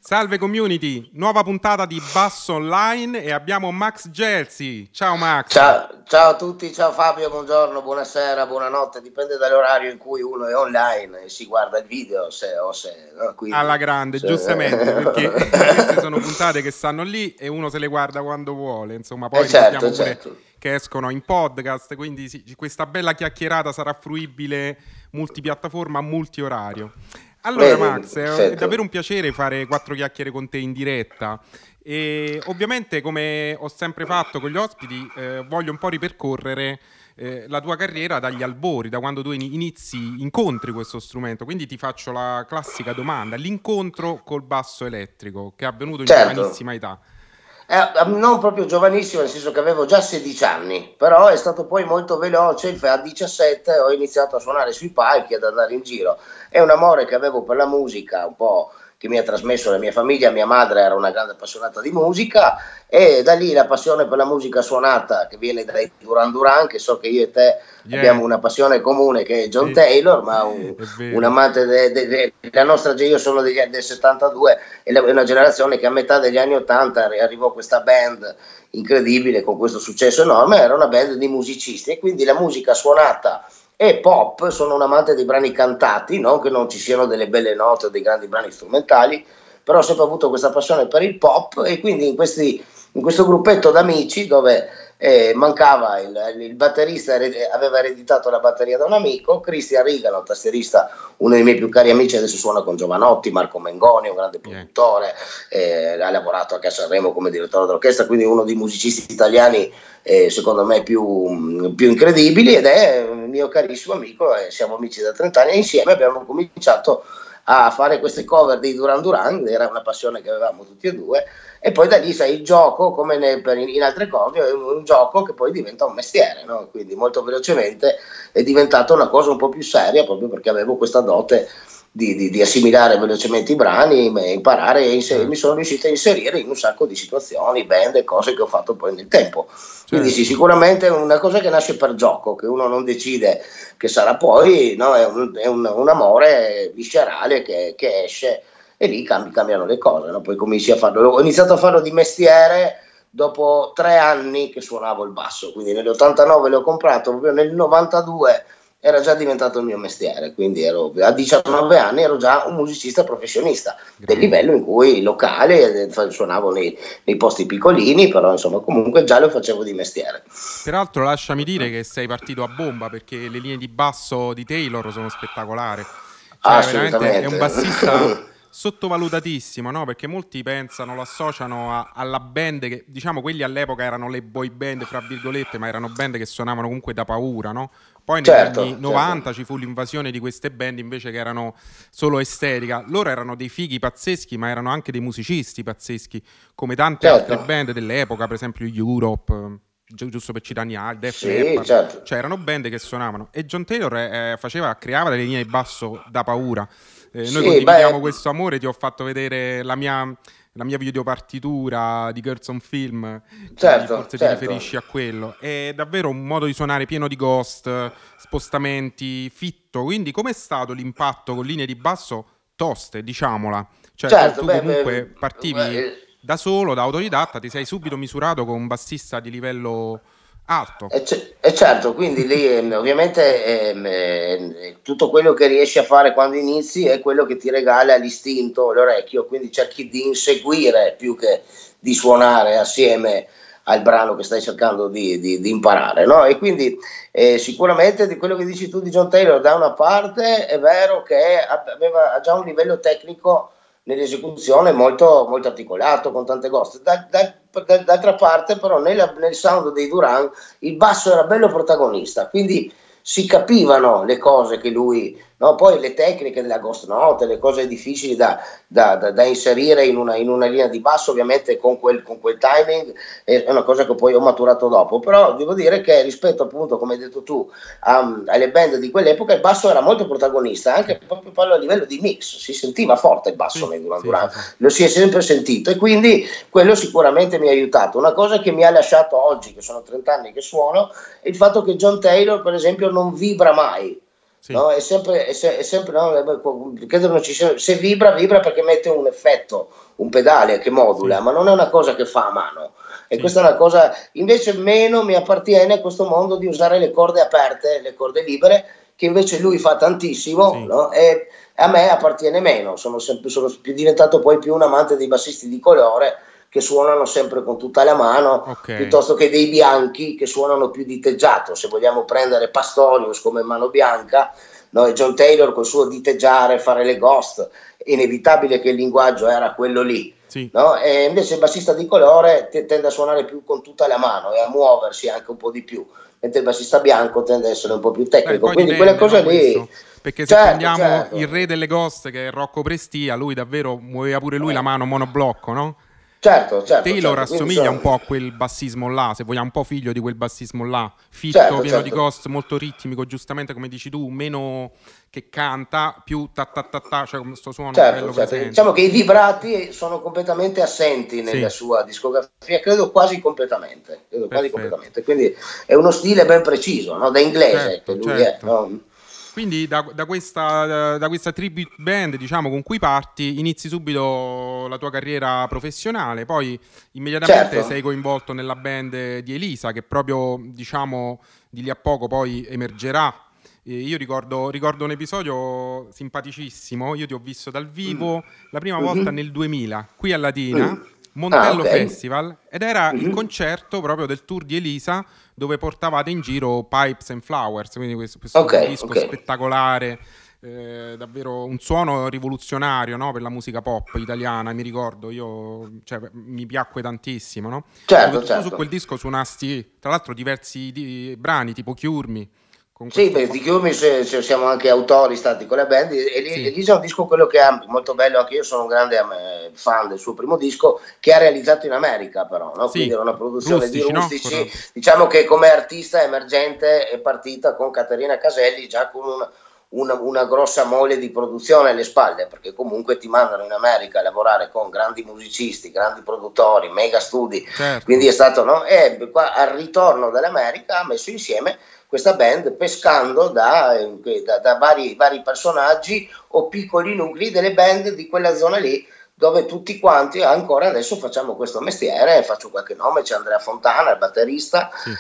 Salve community, nuova puntata di Basso Online e abbiamo Max Gelsi. Ciao Max. Ciao a tutti, ciao Fabio, buongiorno, buonasera, buonanotte, dipende dall'orario in cui uno è online e si guarda il video, no? Alla grande, giustamente, perché queste sono puntate che stanno lì e uno se le guarda quando vuole. Insomma, poi ricordiamo pure certo. che escono in podcast, quindi questa bella chiacchierata sarà fruibile multipiattaforma, multiorario. Allora Vedi, Max, è davvero perfetto. un piacere fare 4 chiacchiere con te in diretta e ovviamente come ho sempre fatto con gli ospiti voglio un po' ripercorrere la tua carriera dagli albori, da quando tu incontri questo strumento. Quindi ti faccio la classica domanda: l'incontro col basso elettrico che è avvenuto in Certo. giovanissima età. Non proprio giovanissimo, nel senso che avevo già 16 anni, però è stato poi molto veloce. A 17 ho iniziato a suonare sui palchi, ad andare in giro. È un amore che avevo per la musica, un po' che mi ha trasmesso la mia famiglia. Mia madre era una grande appassionata di musica e da lì la passione per la musica suonata che viene dai Duran Duran, che so che io e te Yeah, abbiamo una passione comune che è John sì, Taylor, ma è un vero. amante della nostra, io sono del 72, è una generazione che a metà degli anni 80 arrivò questa band incredibile con questo successo enorme. Era una band di musicisti e quindi la musica suonata e pop. Sono un amante dei brani cantati, non che non ci siano delle belle note o dei grandi brani strumentali, però ho sempre avuto questa passione per il pop e quindi in questo gruppetto d'amici dove mancava il batterista, aveva ereditato la batteria da un amico, Cristian Rigano, tastierista, uno dei miei più cari amici, adesso suona con Giovanotti, Marco Mengoni, un grande Yeah. produttore, ha lavorato anche a Sanremo come direttore d'orchestra, quindi uno dei musicisti italiani secondo me più incredibili, ed è un mio carissimo amico, siamo amici da 30 anni e insieme abbiamo cominciato a fare queste cover dei Duran Duran. Era una passione che avevamo tutti e due, e poi da lì sai, il gioco, come in altre cose, è un gioco che poi diventa un mestiere, no? Quindi molto velocemente è diventata una cosa un po' più seria, proprio perché avevo questa dote di assimilare velocemente i brani, imparare e mi Certo, sono riuscito a inserire in un sacco di situazioni, band e cose che ho fatto poi nel tempo. Quindi sì, certo. sicuramente è una cosa che nasce per gioco, che uno non decide che sarà poi, no? È un amore viscerale che esce e lì cambiano le cose, no? Poi cominci a farlo. Ho iniziato a farlo di mestiere dopo 3 anni che suonavo il basso, quindi nell'89 l'ho comprato, proprio nel 92 era già diventato il mio mestiere, quindi a 19 anni ero già un musicista professionista, del Grande. livello in cui locale, suonavo nei posti piccolini, però insomma comunque già lo facevo di mestiere. Peraltro lasciami dire che sei partito a bomba perché le linee di basso di Taylor sono spettacolari. Cioè, veramente è un Assolutamente. bassista sottovalutatissimo, no? Perché molti pensano, lo associano alla band che, diciamo, quelli all'epoca erano le boy band, fra virgolette, ma erano band che suonavano comunque da paura, no? Poi negli anni Certo, 90 certo. ci fu l'invasione di queste band invece che erano solo estetica. Loro erano dei fighi pazzeschi, ma erano anche dei musicisti pazzeschi, come tante altre Certo. band dell'epoca, per esempio Europe, giusto per citarne altri, Def Sì, Leppard, certo. cioè erano band che suonavano e John Taylor creava delle linee di basso da paura. Noi Sì, condividiamo beh, questo amore, ti ho fatto vedere la mia videopartitura di Girls on Film, quindi certo, forse ti certo. riferisci a quello. È davvero un modo di suonare pieno di ghost, spostamenti, fitto. Quindi com'è stato l'impatto con linee di basso toste, diciamola? Cioè tu, Certo, tu comunque partivi da solo, da autodidatta, ti sei subito misurato con un bassista di livello alto. certo, quindi lì ovviamente tutto quello che riesci a fare quando inizi è quello che ti regala l'istinto, l'orecchio, quindi cerchi di inseguire più che di suonare assieme al brano che stai cercando di imparare, no? E quindi sicuramente di quello che dici tu di John Taylor, da una parte è vero che aveva già un livello tecnico nell'esecuzione molto, molto articolato, con tante cose. D'altra parte, però, nel sound dei Duran il basso era bello protagonista, quindi si capivano le cose che lui, no? Poi le tecniche della ghost note, le cose difficili da inserire in una linea di basso, ovviamente con quel timing, è una cosa che poi ho maturato dopo. Però devo dire che rispetto, appunto, come hai detto tu, alle band di quell'epoca, il basso era molto protagonista, Sì, anche proprio parlo a livello di mix, si sentiva forte il basso sì, nei Duran sì, Duran, sì, sì. lo si è sempre sentito, e quindi quello sicuramente mi ha aiutato. Una cosa che mi ha lasciato oggi, che sono 30 anni che suono, è il fatto che John Taylor, per esempio, non vibra mai. sì, no? È sempre no? Credo non ci sia, se vibra perché mette un effetto, un pedale che modula, sì, ma non è una cosa che fa a mano. E sì, questa è una cosa, invece meno mi appartiene a questo mondo di usare le corde aperte, le corde libere, che invece lui fa tantissimo, sì, no? E a me appartiene meno, sono diventato poi più un amante dei bassisti di colore che suonano sempre con tutta la mano, ok, piuttosto che dei bianchi che suonano più diteggiato. Se vogliamo prendere Pastorius come mano bianca, no? E John Taylor col suo diteggiare, fare le ghost, è inevitabile che il linguaggio era quello lì. sì. No? E invece il bassista di colore tende a suonare più con tutta la mano e a muoversi anche un po' di più, mentre il bassista bianco tende ad essere un po' più Beh, tecnico. poi Quindi quelle dipende, no, cose lì, questo? Perché se certo, prendiamo il re certo. delle Ghost, che è Rocco Prestia, lui davvero muoveva pure lui la mano monoblocco, no? Certo, certo, Taylor certo, quindi assomiglia sono, un po' a quel bassismo là, se vogliamo, un po' figlio di quel bassismo là, fitto, certo, pieno di certo. ghost, molto ritmico, giustamente come dici tu, meno che canta, più ta ta ta ta, cioè questo suono Certo, bello certo. presente. Diciamo che i vibrati sono completamente assenti nella Sì, sua discografia, credo quasi completamente, credo quasi perfetto. completamente. Quindi è uno stile ben preciso, no? Da inglese che Certo, lui è, certo. no? Quindi da questa tribute band, diciamo, con cui parti, inizi subito la tua carriera professionale, poi Certo. immediatamente sei coinvolto nella band di Elisa, che proprio, diciamo, di lì a poco poi emergerà. Io ricordo un episodio simpaticissimo, io ti ho visto dal Mm. vivo la prima volta Mhm. nel 2000, qui a Latina, Mm. Ah, Montello ok. Festival, ed era il Mhm. concerto proprio del tour di Elisa dove portavate in giro Pipes and Flowers, quindi Ok, questo disco ok. spettacolare, davvero un suono rivoluzionario, no, per la musica pop italiana, mi ricordo, cioè, mi piacque tantissimo, no? Dove Certo, tu su certo. quel disco suonasti, tra l'altro, diversi brani, tipo Cure Me, con Sì, questo beh, qua. di Chiumi siamo anche autori stati con la band e Sì, lì c'è un disco quello che ha molto bello, anche io sono un grande fan del suo primo disco che ha realizzato in America però, no? Quindi sì, era una produzione di rustici, no? Rustici, diciamo che come artista emergente è partita con Caterina Caselli già con una grossa mole di produzione alle spalle, perché comunque ti mandano in America a lavorare con grandi musicisti, grandi produttori, mega studi, quindi Certo. è stato, no? E qua al ritorno dall'America ha messo insieme questa band pescando da vari personaggi o piccoli nuclei delle band di quella zona lì dove tutti quanti ancora adesso facciamo questo mestiere, faccio qualche nome, c'è Andrea Fontana, il batterista, Sì.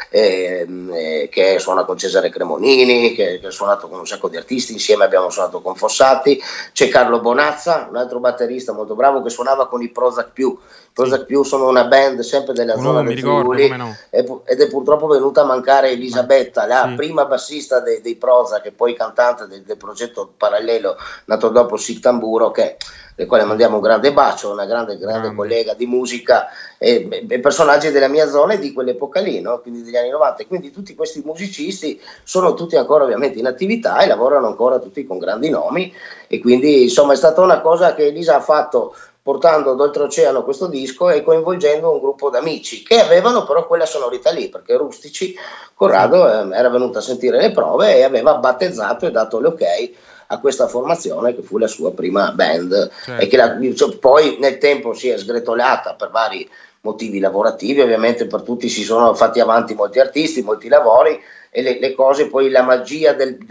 che suona con Cesare Cremonini, che ha suonato con un sacco di artisti, insieme abbiamo suonato con Fossati, c'è Carlo Bonazza, un altro batterista molto bravo che suonava con i Prozac Più. Sì. Prozac Più sono una band sempre della zona Mi del ricordo, Friuli come no. ed è purtroppo venuta a mancare Ma... Elisabetta, la Sì, prima bassista dei Prozac e poi cantante del progetto parallelo nato dopo Sic Tamburo, del quale sì, mandiamo un grande bacio, una grande grande. collega di musica e personaggi della mia zona e di quell'epoca lì, no? Quindi degli anni 90. E quindi tutti questi musicisti sono tutti ancora ovviamente in attività e lavorano ancora tutti con grandi nomi e quindi insomma è stata una cosa che Elisa ha fatto portando d'oltreoceano questo disco e coinvolgendo un gruppo d'amici che avevano però quella sonorità lì, perché Rustici, Sì, Corrado era venuto a sentire le prove e aveva battezzato e dato l'ok a questa formazione che fu la sua prima band e che certo. poi nel tempo si è sgretolata per vari motivi lavorativi, ovviamente per tutti si sono fatti avanti molti artisti, molti lavori e le cose, poi la magia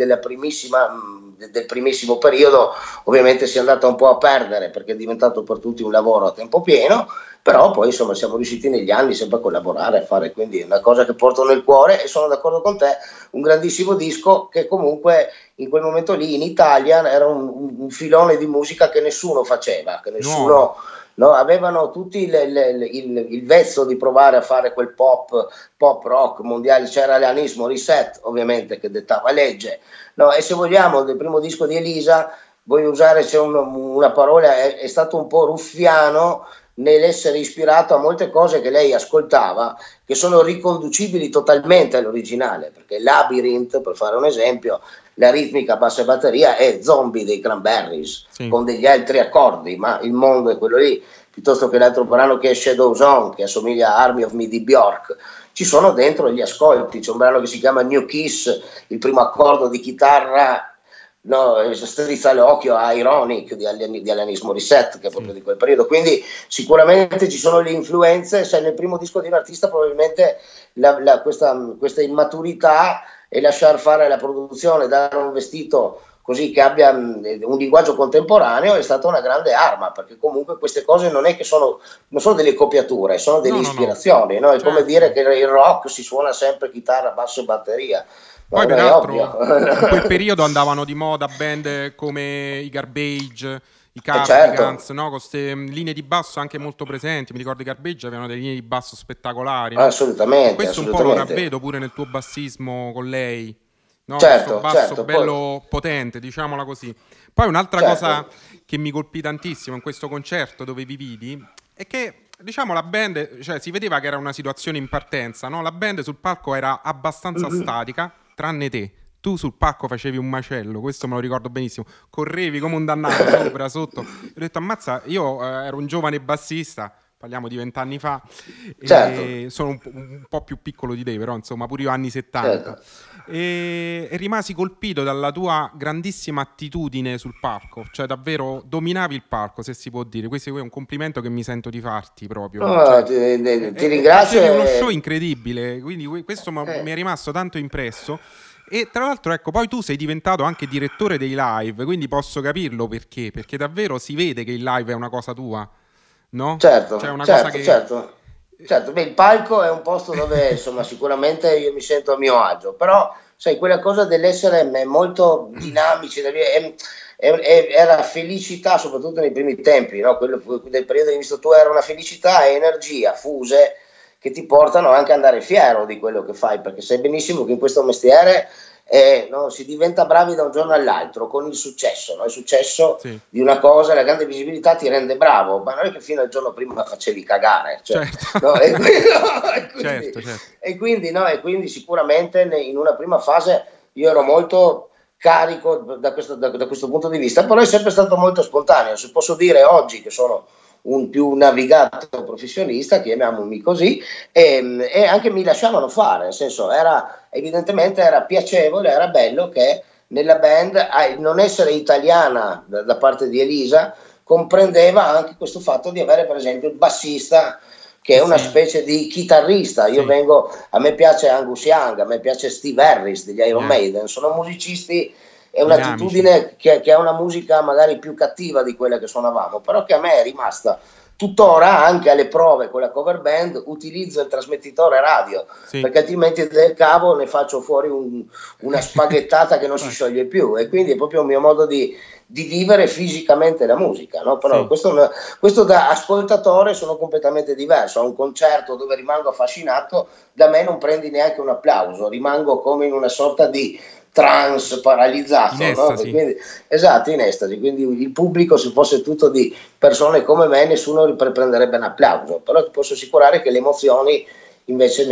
del primissimo periodo ovviamente si è andata un po' a perdere perché è diventato per tutti un lavoro a tempo pieno, però poi insomma siamo riusciti negli anni sempre a collaborare, a fare, quindi è una cosa che porto nel cuore e sono d'accordo con te, un grandissimo disco che comunque in quel momento lì in Italia era un filone di musica che nessuno faceva, che Nuova. nessuno... No, avevano tutti il vezzo di provare a fare quel pop rock mondiale, c'era l'Anis Morissette ovviamente che dettava legge, no, e se vogliamo del primo disco di Elisa voglio usare c'è una parola, è stato un po' ruffiano nell'essere ispirato a molte cose che lei ascoltava che sono riconducibili totalmente all'originale, perché Labyrinth, per fare un esempio, la ritmica bassa e batteria è Zombie dei Cranberries Sì. con degli altri accordi, ma il mondo è quello lì, piuttosto che l'altro brano che è Shadows On, che assomiglia a Army of Me di Bjork. Ci sono dentro gli ascolti, c'è un brano che si chiama New Kiss, il primo accordo di chitarra, no, strizza l'occhio a Ironic di Alanis Morissette, che è Sì. proprio di quel periodo. Quindi sicuramente ci sono le influenze, se nel primo disco di un artista probabilmente questa immaturità e lasciare fare la produzione, dare un vestito così che abbia un linguaggio contemporaneo, è stata una grande arma, perché comunque queste cose non è che non sono delle copiature, sono delle No, no, no, ispirazioni, no? È come dire certo. che il rock si suona sempre chitarra, basso e batteria, Poi no, è ovvio. peraltro in quel periodo andavano di moda band come i Garbage, i E certo, Cardigans, no? Con queste linee di basso anche molto presenti. Mi ricordo i Garbage avevano delle linee di basso spettacolari, no? E assolutamente, questo un po' lo assolutamente. ravvedo pure nel tuo bassismo con lei, no? Questo Certo, basso certo, poi, bello potente, diciamola così. Poi un'altra cosa certo. che mi colpì tantissimo in questo concerto dove vi vidi è che, diciamo, la band, cioè si vedeva che era una situazione in partenza, no? La band sul palco era abbastanza Mhm. statica, tranne te. Tu sul palco facevi un macello, questo me lo ricordo benissimo. Correvi come un dannato sopra, sotto. E ho detto, ammazza, io ero un giovane bassista, parliamo di 20 anni fa, Certo, e sono un po' più piccolo di te, però insomma, pure io anni 70. certo. E rimasi colpito dalla tua grandissima attitudine sul palco, cioè davvero dominavi il palco, se si può dire. Questo è un complimento che mi sento di farti proprio. No, Cioè, ti ringrazio facevi uno show incredibile, quindi questo mi è eh, rimasto tanto impresso. E tra l'altro, ecco, poi tu sei diventato anche direttore dei live, quindi posso capirlo perché davvero si vede che il live è una cosa tua, no? Cioè, certo, una cosa certo, che... certo. Certo, beh, il palco è un posto dove insomma sicuramente io mi sento a mio agio, però sai, quella cosa dell'essere molto dinamici, era felicità, soprattutto nei primi tempi, no? Quello del periodo che hai visto tu era una felicità e energia fuse che ti portano anche ad andare fiero di quello che fai, perché sai benissimo che in questo mestiere no, si diventa bravi da un giorno all'altro con il successo, no? Il successo Sì, di una cosa, la grande visibilità ti rende bravo, ma non è che fino al giorno prima facevi cagare, cioè, certo, no? E quindi, certo, certo. e quindi sicuramente in una prima fase io ero molto carico da questo punto di vista, però è sempre stato molto spontaneo, se posso dire oggi che sono un più navigato professionista, chiamiamomi così, e anche mi lasciavano fare, nel senso evidentemente era piacevole, era bello che nella band non essere italiana da parte di Elisa comprendeva anche questo fatto di avere per esempio il bassista che Che è una sì, specie di chitarrista. sì, A me piace Angus Young, a me piace Steve Harris degli Iron yeah, Maiden, sono musicisti, è dinamici. un'attitudine che ha una musica magari più cattiva di quella che suonavamo, però che a me è rimasta tuttora anche alle prove con la cover band, utilizzo il trasmettitore radio, Sì. perché altrimenti del cavo ne faccio fuori una spaghettata che non si Infatti, scioglie più, e quindi è proprio un mio modo di vivere fisicamente la musica, no? Però sì. questo da ascoltatore sono completamente diverso. A un concerto dove rimango affascinato, da me non prendi neanche un applauso, rimango come in una sorta di trance In paralizzato, no? E estasi. quindi, esatto, in estasi. Quindi il pubblico, se fosse tutto di persone come me, nessuno prenderebbe un applauso, però ti posso assicurare che le emozioni invece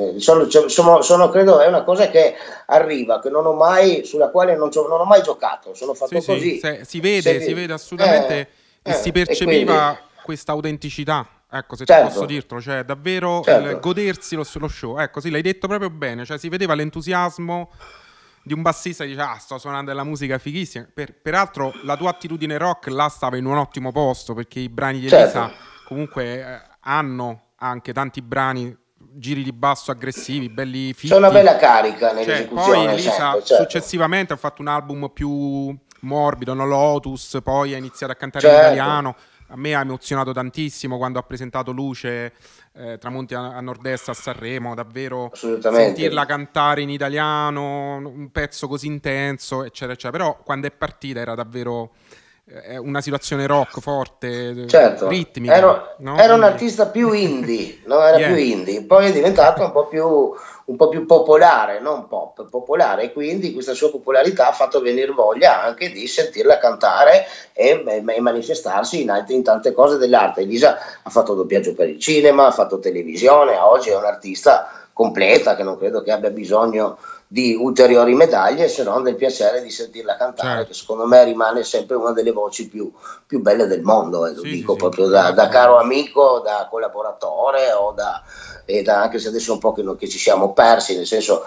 sono, credo, è una cosa che arriva, che non ho mai, sulla quale non ho mai giocato, sono Sì, fatto sì, così. si Se, vede assolutamente e si e quindi, percepiva questa autenticità. Ecco, se posso certo, dirtelo, cioè davvero il certo, godersi lo show. Ecco, sì, l'hai detto proprio bene, cioè si vedeva l'entusiasmo di un bassista che dice ah, sto suonando della musica fighissima. Peraltro la tua attitudine rock là stava in un ottimo posto perché i brani di certo. Elisa comunque hanno anche tanti brani, giri di basso aggressivi, belli C'è una fitti. bella carica Cioè, poi nell'esecuzione Elisa sempre, certo, successivamente ha fatto un album più morbido, no? Lotus, poi ha iniziato a cantare in certo, italiano. A me ha emozionato tantissimo quando ha presentato Luce, Tramonti a nord-est a Sanremo, davvero assolutamente. sentirla cantare in italiano, un pezzo così intenso, eccetera, eccetera. Però quando è partita era davvero una situazione rock forte, Certo, ritmica, no? era un Quindi, artista più indie, no? Era più yeah, indie, poi è diventato un po' più popolare, non pop, popolare, e quindi questa sua popolarità ha fatto venire voglia anche di sentirla cantare e manifestarsi in tante cose dell'arte. Elisa ha fatto doppiaggio per il cinema, ha fatto televisione, oggi è un'artista completa che non credo che abbia bisogno di ulteriori medaglie se non del piacere di sentirla cantare, che certo. secondo me rimane sempre una delle voci più belle del mondo, lo Sì, sì, dico sì. proprio da caro Peraltro, amico, da collaboratore anche se adesso è un po' che ci siamo persi, nel senso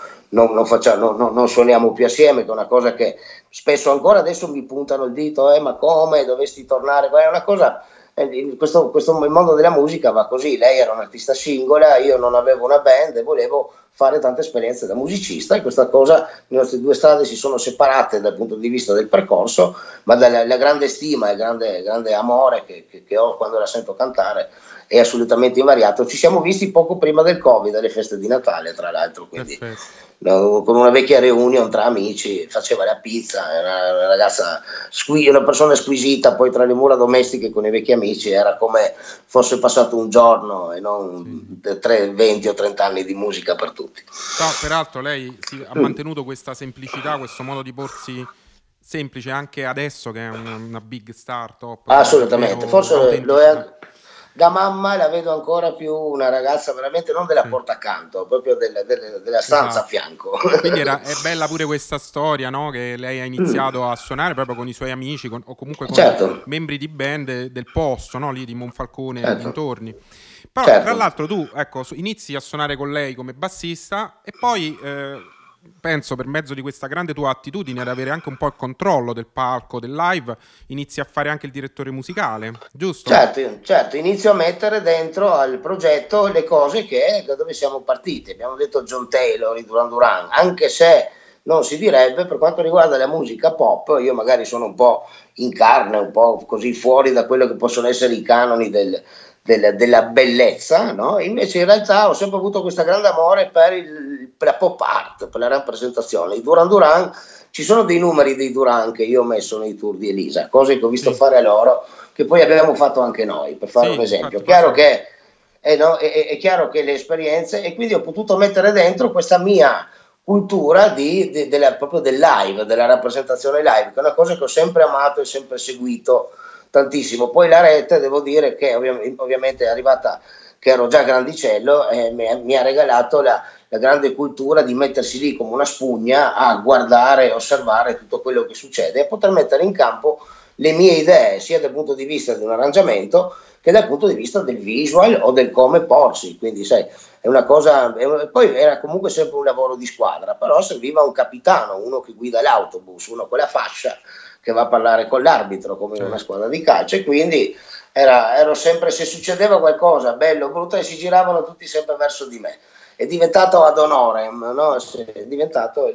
non suoniamo più assieme, che è una cosa che spesso ancora adesso mi puntano il dito, ma come dovresti tornare? È una cosa il mondo della musica va così. Lei era un'artista singola, io non avevo una band e volevo fare tante esperienze da musicista, e questa cosa, le nostre due strade si sono separate dal punto di vista del percorso, ma dalla grande stima e grande amore che ho quando la sento cantare è assolutamente invariato. Ci siamo visti poco prima del Covid, alle feste di Natale, tra l'altro, quindi con una vecchia reunion tra amici, faceva la pizza, era una ragazza, una persona squisita, poi tra le mura domestiche con i vecchi amici era come fosse passato un giorno e non 20 o 30 anni di musica per tutti. No, peraltro lei ha mantenuto questa semplicità, questo modo di porsi semplice anche adesso che è una big star top. Assolutamente, forse lo è. Da mamma la vedo ancora più una ragazza veramente non della porta accanto, proprio della stanza a fianco. Quindi è bella pure questa storia, no? Che lei ha iniziato a suonare proprio con i suoi amici o comunque con membri di band del posto, no? Lì di Monfalcone e dintorni. Però tra l'altro tu, ecco, inizi a suonare con lei come bassista e poi penso per mezzo di questa grande tua attitudine ad avere anche un po' il controllo del palco, del live, inizi a fare anche il direttore musicale, giusto? Certo, inizio a mettere dentro al progetto le cose da dove siamo partiti. Abbiamo detto John Taylor, i Duran Duran, anche se non si direbbe, per quanto riguarda la musica pop, io magari sono un po' in carne, un po' così fuori da quello che possono essere i canoni della bellezza, no? Invece in realtà ho sempre avuto questo grande amore per la pop art, per la rappresentazione. I Duran Duran, ci sono dei numeri dei Duran che io ho messo nei tour di Elisa, cose che ho visto fare a loro, che poi abbiamo fatto anche noi, per fare un esempio. È chiaro che le esperienze, e quindi ho potuto mettere dentro questa mia cultura proprio del live, della rappresentazione live, che è una cosa che ho sempre amato e sempre seguito tantissimo. Poi la rete, devo dire che ovviamente è arrivata, che ero già grandicello, e mi ha regalato la grande cultura di mettersi lì come una spugna a guardare e osservare tutto quello che succede e poter mettere in campo le mie idee, sia dal punto di vista di un arrangiamento che dal punto di vista del visual o del come porsi. Quindi sai, è una cosa, poi era comunque sempre un lavoro di squadra, però serviva un capitano, uno che guida l'autobus, uno con la fascia che va a parlare con l'arbitro come in una squadra di calcio, e quindi ero sempre, se succedeva qualcosa bello o brutto, e si giravano tutti sempre verso di me. È diventato ad honorem, no? È diventato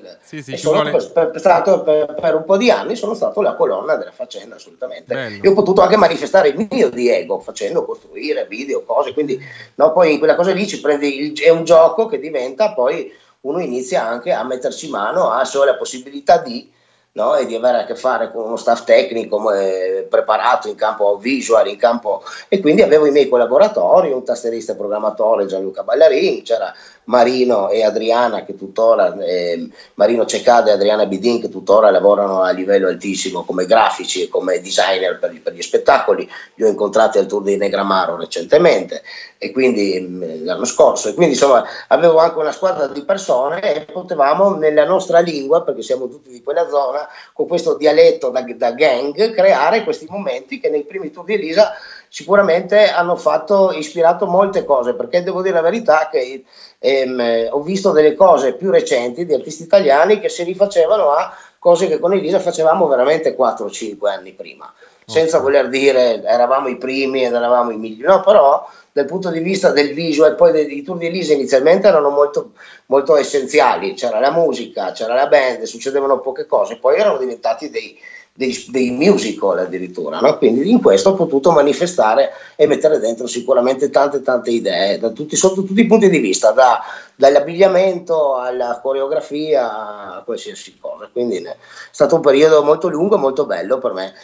per un po' di anni sono stato la colonna della faccenda, assolutamente. Bello. E ho potuto anche manifestare il mio di ego facendo costruire video, cose, quindi no, poi in quella cosa lì è un gioco che diventa, poi uno inizia anche a metterci mano, ha solo la possibilità di, no? E di avere a che fare con uno staff tecnico preparato in campo visual, in campo, e quindi avevo i miei collaboratori, un tastierista e programmatore, Gianluca Ballarin, c'era Marino e Adriana che tuttora, Marino Ceccada e Adriana Bidin, che tuttora lavorano a livello altissimo come grafici e come designer per gli spettacoli. Li ho incontrati al tour di Negramaro recentemente, e quindi l'anno scorso, e quindi insomma avevo anche una squadra di persone e potevamo nella nostra lingua, perché siamo tutti di quella zona, con questo dialetto da gang, creare questi momenti che nei primi tour di Elisa sicuramente hanno ispirato molte cose, perché devo dire la verità che ho visto delle cose più recenti di artisti italiani che si rifacevano a cose che con Elisa facevamo veramente 4-5 anni prima, senza voler dire eravamo i primi ed eravamo i migliori, no, però dal punto di vista del visual, poi i tour di Elisa inizialmente erano molto, molto essenziali, c'era la musica, c'era la band, succedevano poche cose, poi erano diventati dei musical addirittura, no? Quindi in questo ho potuto manifestare e mettere dentro sicuramente tante idee sotto tutti i punti di vista, dall'abbigliamento alla coreografia a qualsiasi cosa, quindi è stato un periodo molto lungo e molto bello per me.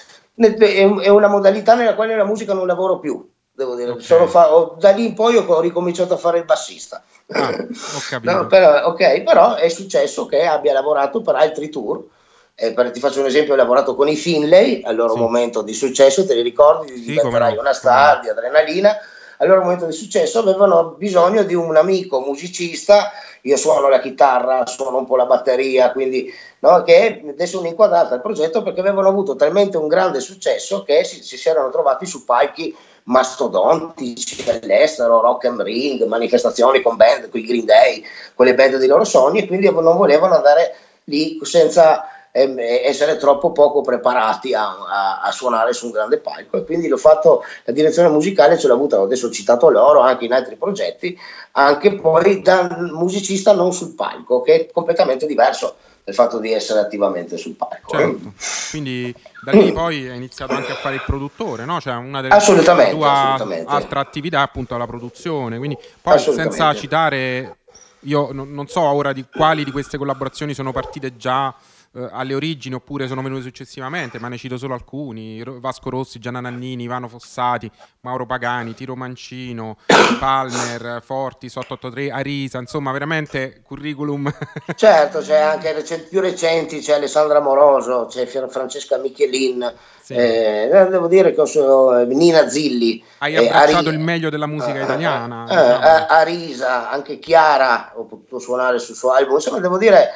È una modalità nella quale la musica non lavoro più, devo dire. Da lì in poi ho ricominciato a fare il bassista. Ho capito. No, però è successo che abbia lavorato per altri tour. Ti faccio un esempio: ho lavorato con i Finlay al loro momento di successo, te li ricordi? Di Diventerai una star, di Adrenalina. Al loro momento di successo avevano bisogno di un amico musicista. Io suono la chitarra, suono un po' la batteria, quindi no, che adesso sono inquadrata al progetto, perché avevano avuto talmente un grande successo che si erano trovati su palchi mastodontici all'estero, Rock and Ring, manifestazioni con band, con i Green Day, con le band dei loro sogni, e quindi non volevano andare lì senza essere troppo poco preparati a suonare su un grande palco, e quindi l'ho fatto, la direzione musicale ce l'ho avuta, adesso ho citato loro anche in altri progetti, anche poi da musicista non sul palco, che è completamente diverso dal fatto di essere attivamente sul palco. Certo, quindi da lì poi hai iniziato anche a fare il produttore, no? Cioè la Assolutamente, tua assolutamente, altra attività è appunto la produzione, quindi poi senza assolutamente. citare, io non so ora di quali di queste collaborazioni sono partite già alle origini oppure sono venute successivamente, ma ne cito solo alcuni: Vasco Rossi, Gianna Nannini, Ivano Fossati, Mauro Pagani, Tiro Mancino, I Palmer, Forti, 883, Arisa, insomma veramente curriculum. Certo, c'è anche più recenti, c'è Alessandra Moroso, c'è Francesca Michelin, Sì. devo dire che Nina Zilli, Hai eh, abbracciato il Ari- meglio della musica italiana, diciamo. Arisa, anche Chiara, ho potuto suonare sul suo album, insomma devo dire,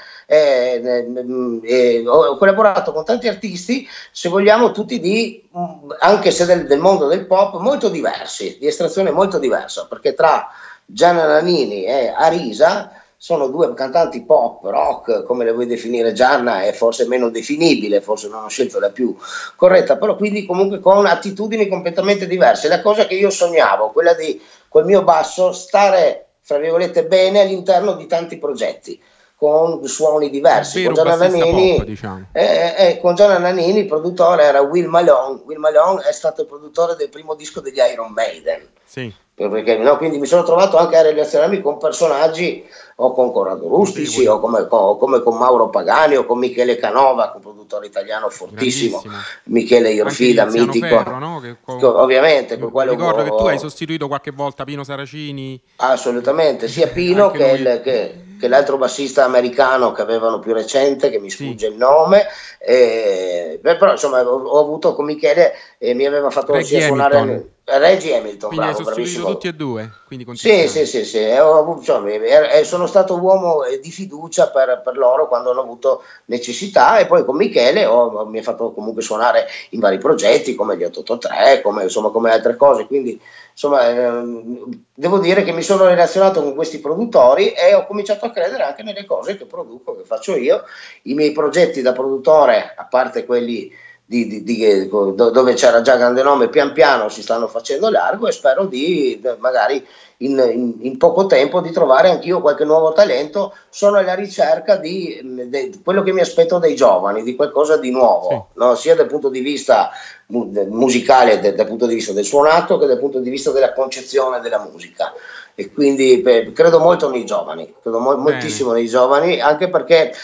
ho collaborato con tanti artisti, se vogliamo tutti anche se del mondo del pop, molto diversi, di estrazione molto diversa, perché tra Gianna Nannini e Arisa sono due cantanti pop, rock, come le vuoi definire. Gianna è forse meno definibile, forse non ho scelto la più corretta, però quindi comunque con attitudini completamente diverse. La cosa che io sognavo, quella di col mio basso stare, fra virgolette, bene all'interno di tanti progetti, con suoni Il diversi. vero bassista pop, diciamo. Con Gianna Nannini il produttore era Will Malone. Will Malone è stato il produttore del primo disco degli Iron Maiden. Sì, Perché, no, quindi mi sono trovato anche a relazionarmi con personaggi o con Corrado Rustici notevoli, come con Mauro Pagani o con Michele Canova, un produttore italiano fortissimo, grandissimo. Michele Anche Irfida, Tiziano mitico, Ferro, no? ovviamente con Mi quello ricordo che tu hai sostituito qualche volta Pino Saracini, assolutamente, sia Pino anche che, lui. che l'altro bassista americano che avevano più recente, che mi Sì, sfugge il nome, però insomma ho avuto con Michele e mi aveva fatto sia Reggie Hamilton. suonare Reggie Hamilton, Quindi hai bravo, sostituito tutti bravissimo. e due, quindi con Sì, sì, Tiziano. sì, sì, insomma, sono stato uomo di fiducia per loro quando hanno avuto necessità, e poi con Michele mi ha fatto comunque suonare in vari progetti come gli 883, come, insomma, come altre cose, quindi insomma devo dire che mi sono relazionato con questi produttori e ho cominciato a credere anche nelle cose che produco, che faccio io, i miei progetti da produttore, a parte quelli dove c'era già grande nome, pian piano si stanno facendo largo, e spero di magari in poco tempo di trovare anch'io qualche nuovo talento. Sono alla ricerca di quello che mi aspetto dai giovani, di qualcosa di Sì, nuovo, no? Sia dal punto di vista musicale, dal punto di vista del suonato, che dal punto di vista della concezione della musica. E quindi credo molto nei giovani, credo bene. moltissimo nei giovani, anche perché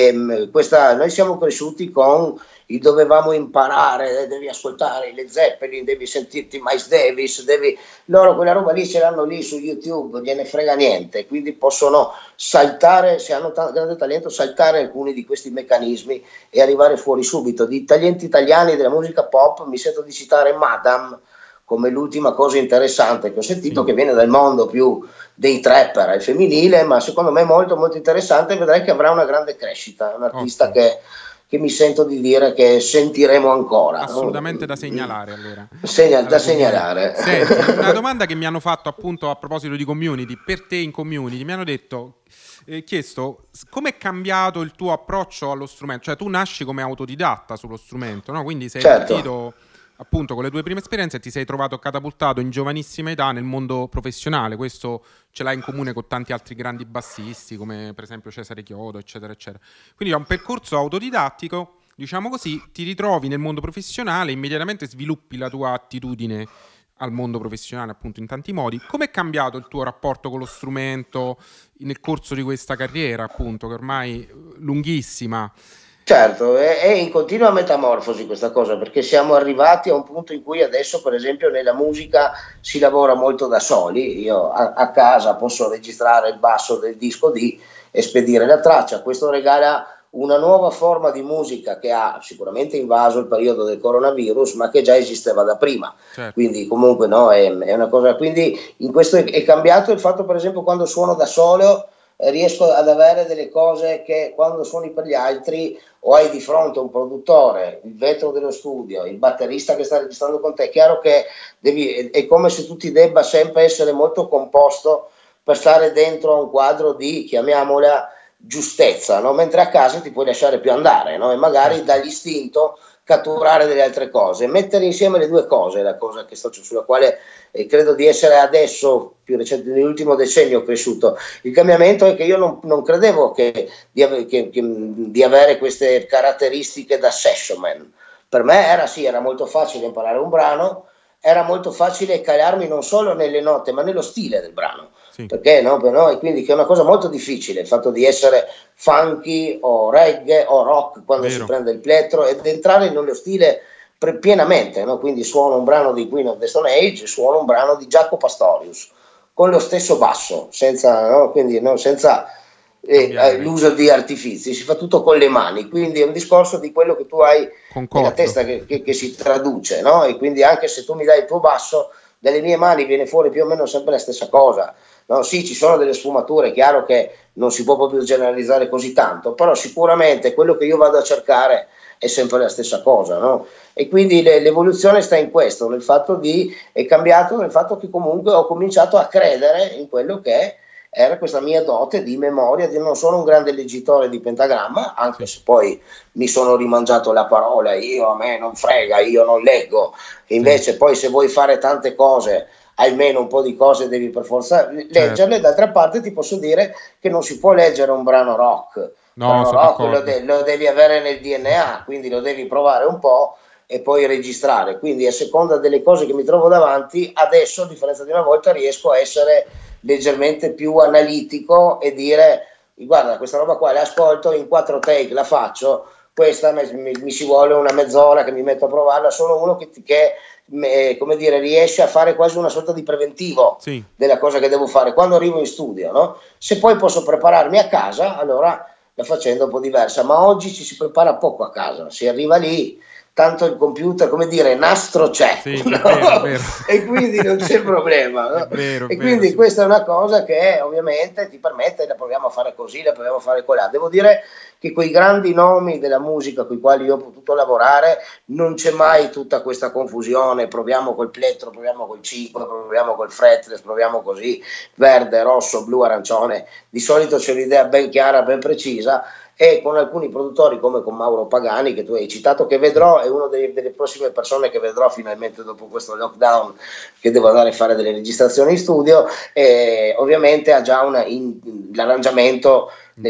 noi siamo cresciuti con il dovevamo imparare, devi ascoltare le Zeppelin, devi sentirti Miles Davis, loro quella roba lì ce l'hanno lì su YouTube, non gliene frega niente, quindi possono saltare, se hanno grande talento, saltare alcuni di questi meccanismi e arrivare fuori subito. Di talenti italiani della musica pop mi sento di citare Madame come l'ultima cosa interessante che ho sentito, Sì, che viene dal mondo più dei trapper al femminile, ma secondo me molto molto interessante. Vedrai che avrà una grande crescita, è un artista ottimo. che mi sento di dire che sentiremo ancora, no? Assolutamente da segnalare allora, Da alla community. segnalare. Senti, una domanda che mi hanno fatto appunto a proposito di community, per te in community, mi hanno detto, chiesto come è cambiato il tuo approccio allo strumento, cioè tu nasci come autodidatta sullo strumento, no? Quindi sei Certo. partito appunto con le tue prime esperienze e ti sei trovato catapultato in giovanissima età nel mondo professionale, questo ce l'hai in comune con tanti altri grandi bassisti come per esempio Cesare Chiodo, eccetera, eccetera. Quindi è un percorso autodidattico, diciamo così, ti ritrovi nel mondo professionale, immediatamente sviluppi la tua attitudine al mondo professionale appunto in tanti modi. Come è cambiato il tuo rapporto con lo strumento nel corso di questa carriera appunto che ormai lunghissima? Certo, è in continua metamorfosi questa cosa, perché siamo arrivati a un punto in cui adesso, per esempio, nella musica si lavora molto da soli. Io a casa posso registrare il basso del disco D e spedire la traccia. Questo regala una nuova forma di musica che ha sicuramente invaso il periodo del coronavirus, ma che già esisteva da prima. Certo, Quindi, comunque, no, è una cosa. Quindi, in questo è cambiato il fatto, per esempio, quando suono da solo. Riesco ad avere delle cose che quando suoni per gli altri o hai di fronte un produttore, il vetro dello studio, il batterista che sta registrando con te, è chiaro che è come se tu ti debba sempre essere molto composto per stare dentro a un quadro di, chiamiamola, giustezza, no? Mentre a casa ti puoi lasciare più andare, no? E magari dall'istinto catturare delle altre cose, mettere insieme le due cose è la cosa sulla quale credo di essere adesso, più recente, nell'ultimo decennio cresciuto. Il cambiamento è che io non credevo di avere queste caratteristiche da session man. Per me era molto facile imparare un brano, era molto facile calarmi non solo nelle note ma nello stile del brano. Sì. Perché no? E quindi che è una cosa molto difficile il fatto di essere funky o reggae o rock quando si prende il plettro ed entrare nello stile pienamente, no? Quindi suono un brano di Queen of the Stone Age, suono un brano di Jaco Pastorius con lo stesso basso, senza, no? Quindi, no? Senza l'uso di artifici, si fa tutto con le mani, quindi è un discorso di quello che tu hai nella testa che si traduce, no? E quindi anche se tu mi dai il tuo basso, dalle mie mani viene fuori più o meno sempre la stessa cosa. No, sì, ci sono delle sfumature, è chiaro che non si può proprio generalizzare così tanto, però sicuramente quello che io vado a cercare è sempre la stessa cosa, no? E quindi l'evoluzione sta in questo, è cambiato nel fatto che comunque ho cominciato a credere in quello che era questa mia dote di memoria, di non sono un grande leggitore di pentagramma, anche se poi mi sono rimangiato la parola, a me non frega, io non leggo, invece poi se vuoi fare tante cose almeno un po' di cose devi per forza leggerle. D'altra parte ti posso dire che non si può leggere un brano rock, lo devi avere nel DNA, quindi lo devi provare un po' e poi registrare, quindi a seconda delle cose che mi trovo davanti adesso, a differenza di una volta, riesco a essere leggermente più analitico e dire guarda, questa roba qua l'ascolto, in 4 take la faccio, questa mi ci vuole una mezz'ora che mi metto a provarla, sono uno che come dire, riesce a fare quasi una sorta di preventivo della cosa che devo fare quando arrivo in studio, no? Se poi posso prepararmi a casa, allora la faccenda è un po' diversa, ma oggi ci si prepara poco a casa, si arriva lì, tanto il computer, come dire, nastro c'è, no? È vero. E quindi non c'è problema, no? E quindi questa è una cosa che ovviamente ti permette, la proviamo a fare così, la proviamo a fare colà. Devo dire che quei grandi nomi della musica con i quali io ho potuto lavorare non c'è mai tutta questa confusione, proviamo col plettro, proviamo col 5, proviamo col fretless, proviamo così, verde, rosso, blu, arancione. Di solito c'è un'idea ben chiara, ben precisa, e con alcuni produttori come con Mauro Pagani che tu hai citato, che vedrò, è una delle prossime persone che vedrò finalmente dopo questo lockdown, che devo andare a fare delle registrazioni in studio, e ovviamente ha già l'arrangiamento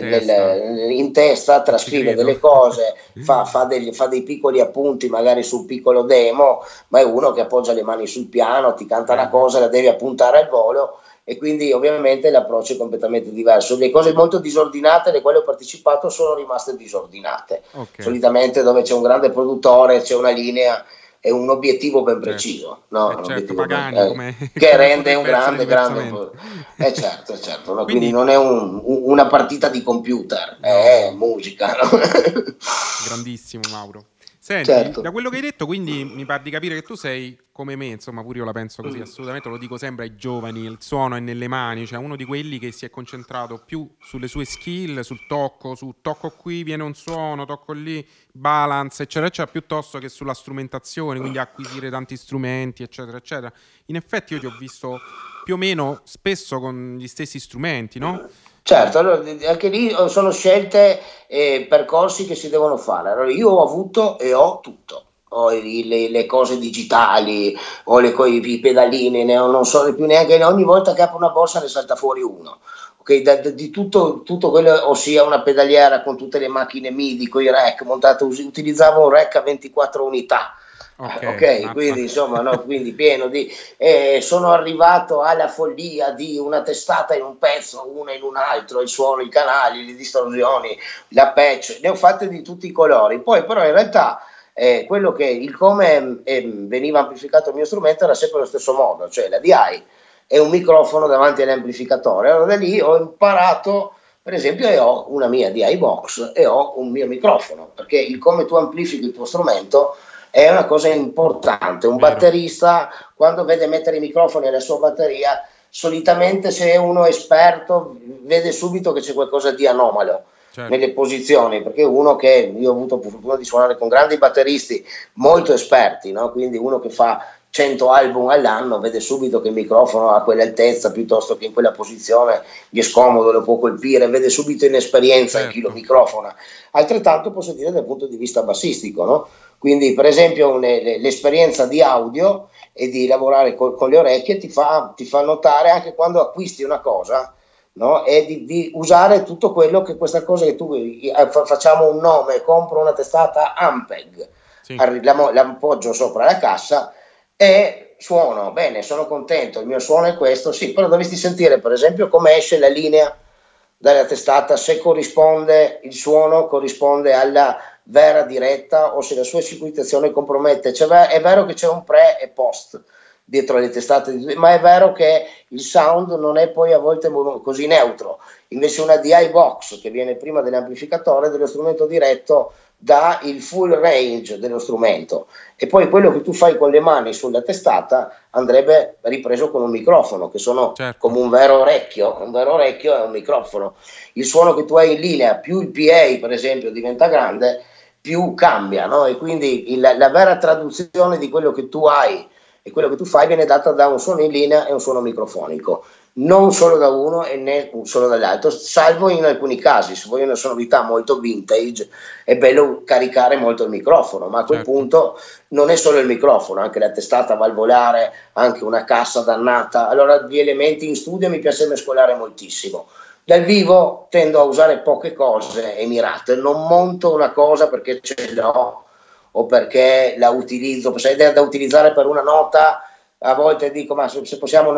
in testa, trascrive delle cose, fa dei piccoli appunti magari sul piccolo demo, ma è uno che appoggia le mani sul piano, ti canta una cosa, la devi appuntare al volo, e quindi ovviamente l'approccio è completamente diverso. Le cose molto disordinate, le quali ho partecipato, sono rimaste disordinate. Solitamente dove c'è un grande produttore, c'è una linea e un obiettivo ben preciso, no? Pagani, che rende un grande certo, no? Quindi non è una partita di computer, è musica, no? Grandissimo Mauro. Senti, da quello che hai detto, quindi mi pare di capire che tu sei come me, insomma, pure io la penso così, assolutamente, lo dico sempre ai giovani, il suono è nelle mani, cioè uno di quelli che si è concentrato più sulle sue skill, sul tocco qui, viene un suono, tocco lì, balance, eccetera, eccetera, piuttosto che sulla strumentazione, quindi acquisire tanti strumenti, eccetera, eccetera. In effetti io ti ho visto più o meno spesso con gli stessi strumenti, no? Certo, allora, anche lì sono scelte e percorsi che si devono fare. Allora, io ho avuto e ho tutto. Ho le cose digitali, ho i pedalini, non so più neanche, ogni volta che apro una borsa ne salta fuori uno. Okay, di tutto quello, ossia una pedaliera con tutte le macchine MIDI, con i rack montato, utilizzavo un rack a 24 unità. Ok, quindi insomma, no, quindi pieno di. Sono arrivato alla follia di una testata in un pezzo, una in un altro, il suono, i canali, le distorsioni, la patch, ne ho fatte di tutti i colori. Poi, però, in realtà, il come veniva amplificato il mio strumento era sempre allo stesso modo, cioè la DI è un microfono davanti all'amplificatore. Allora, da lì ho imparato. Per esempio, ho una mia DI box e ho un mio microfono, perché il come tu amplifichi il tuo strumento è una cosa importante. Un batterista, quando vede mettere i microfoni alla sua batteria, solitamente se è uno esperto vede subito che c'è qualcosa di anomalo nelle posizioni, perché io ho avuto fortuna di suonare con grandi batteristi molto esperti, no? Quindi uno che fa 100 album all'anno, vede subito che il microfono a quell'altezza piuttosto che in quella posizione gli è scomodo, lo può colpire, vede subito inesperienza in chi lo certo. microfona. Altrettanto posso dire dal punto di vista bassistico, no? Quindi per esempio l'esperienza di audio e di lavorare con le orecchie ti fa notare anche quando acquisti una cosa, no? E di usare tutto quello che questa cosa che tu facciamo un nome, compro una testata Ampeg, Sì, l'appoggio sopra la cassa e suono bene, sono contento, il mio suono è questo, sì, però dovresti sentire per esempio come esce la linea dalla testata, se corrisponde il suono, corrisponde alla vera diretta o se la sua equitazione compromette. È vero che c'è un pre e post dietro le testate, ma è vero che il sound non è poi a volte così neutro. Invece una DI box che viene prima dell'amplificatore, dello strumento diretto, dà il full range dello strumento e poi quello che tu fai con le mani sulla testata andrebbe ripreso con un microfono che sono certo. come un vero orecchio è un microfono. Il suono che tu hai in linea più il PA per esempio diventa grande, più cambia, no? E quindi la vera traduzione di quello che tu hai e quello che tu fai viene data da un suono in linea e un suono microfonico, non solo da uno e né solo dall'altro, salvo in alcuni casi, se vuoi una sonorità molto vintage è bello caricare molto il microfono, ma a quel Certo. punto non è solo il microfono, anche la testata valvolare, anche una cassa dannata. Allora gli elementi in studio mi piace mescolare moltissimo. Dal vivo tendo a usare poche cose e mirate, non monto una cosa perché ce l'ho o perché la utilizzo, se è da utilizzare per una nota, a volte dico ma se possiamo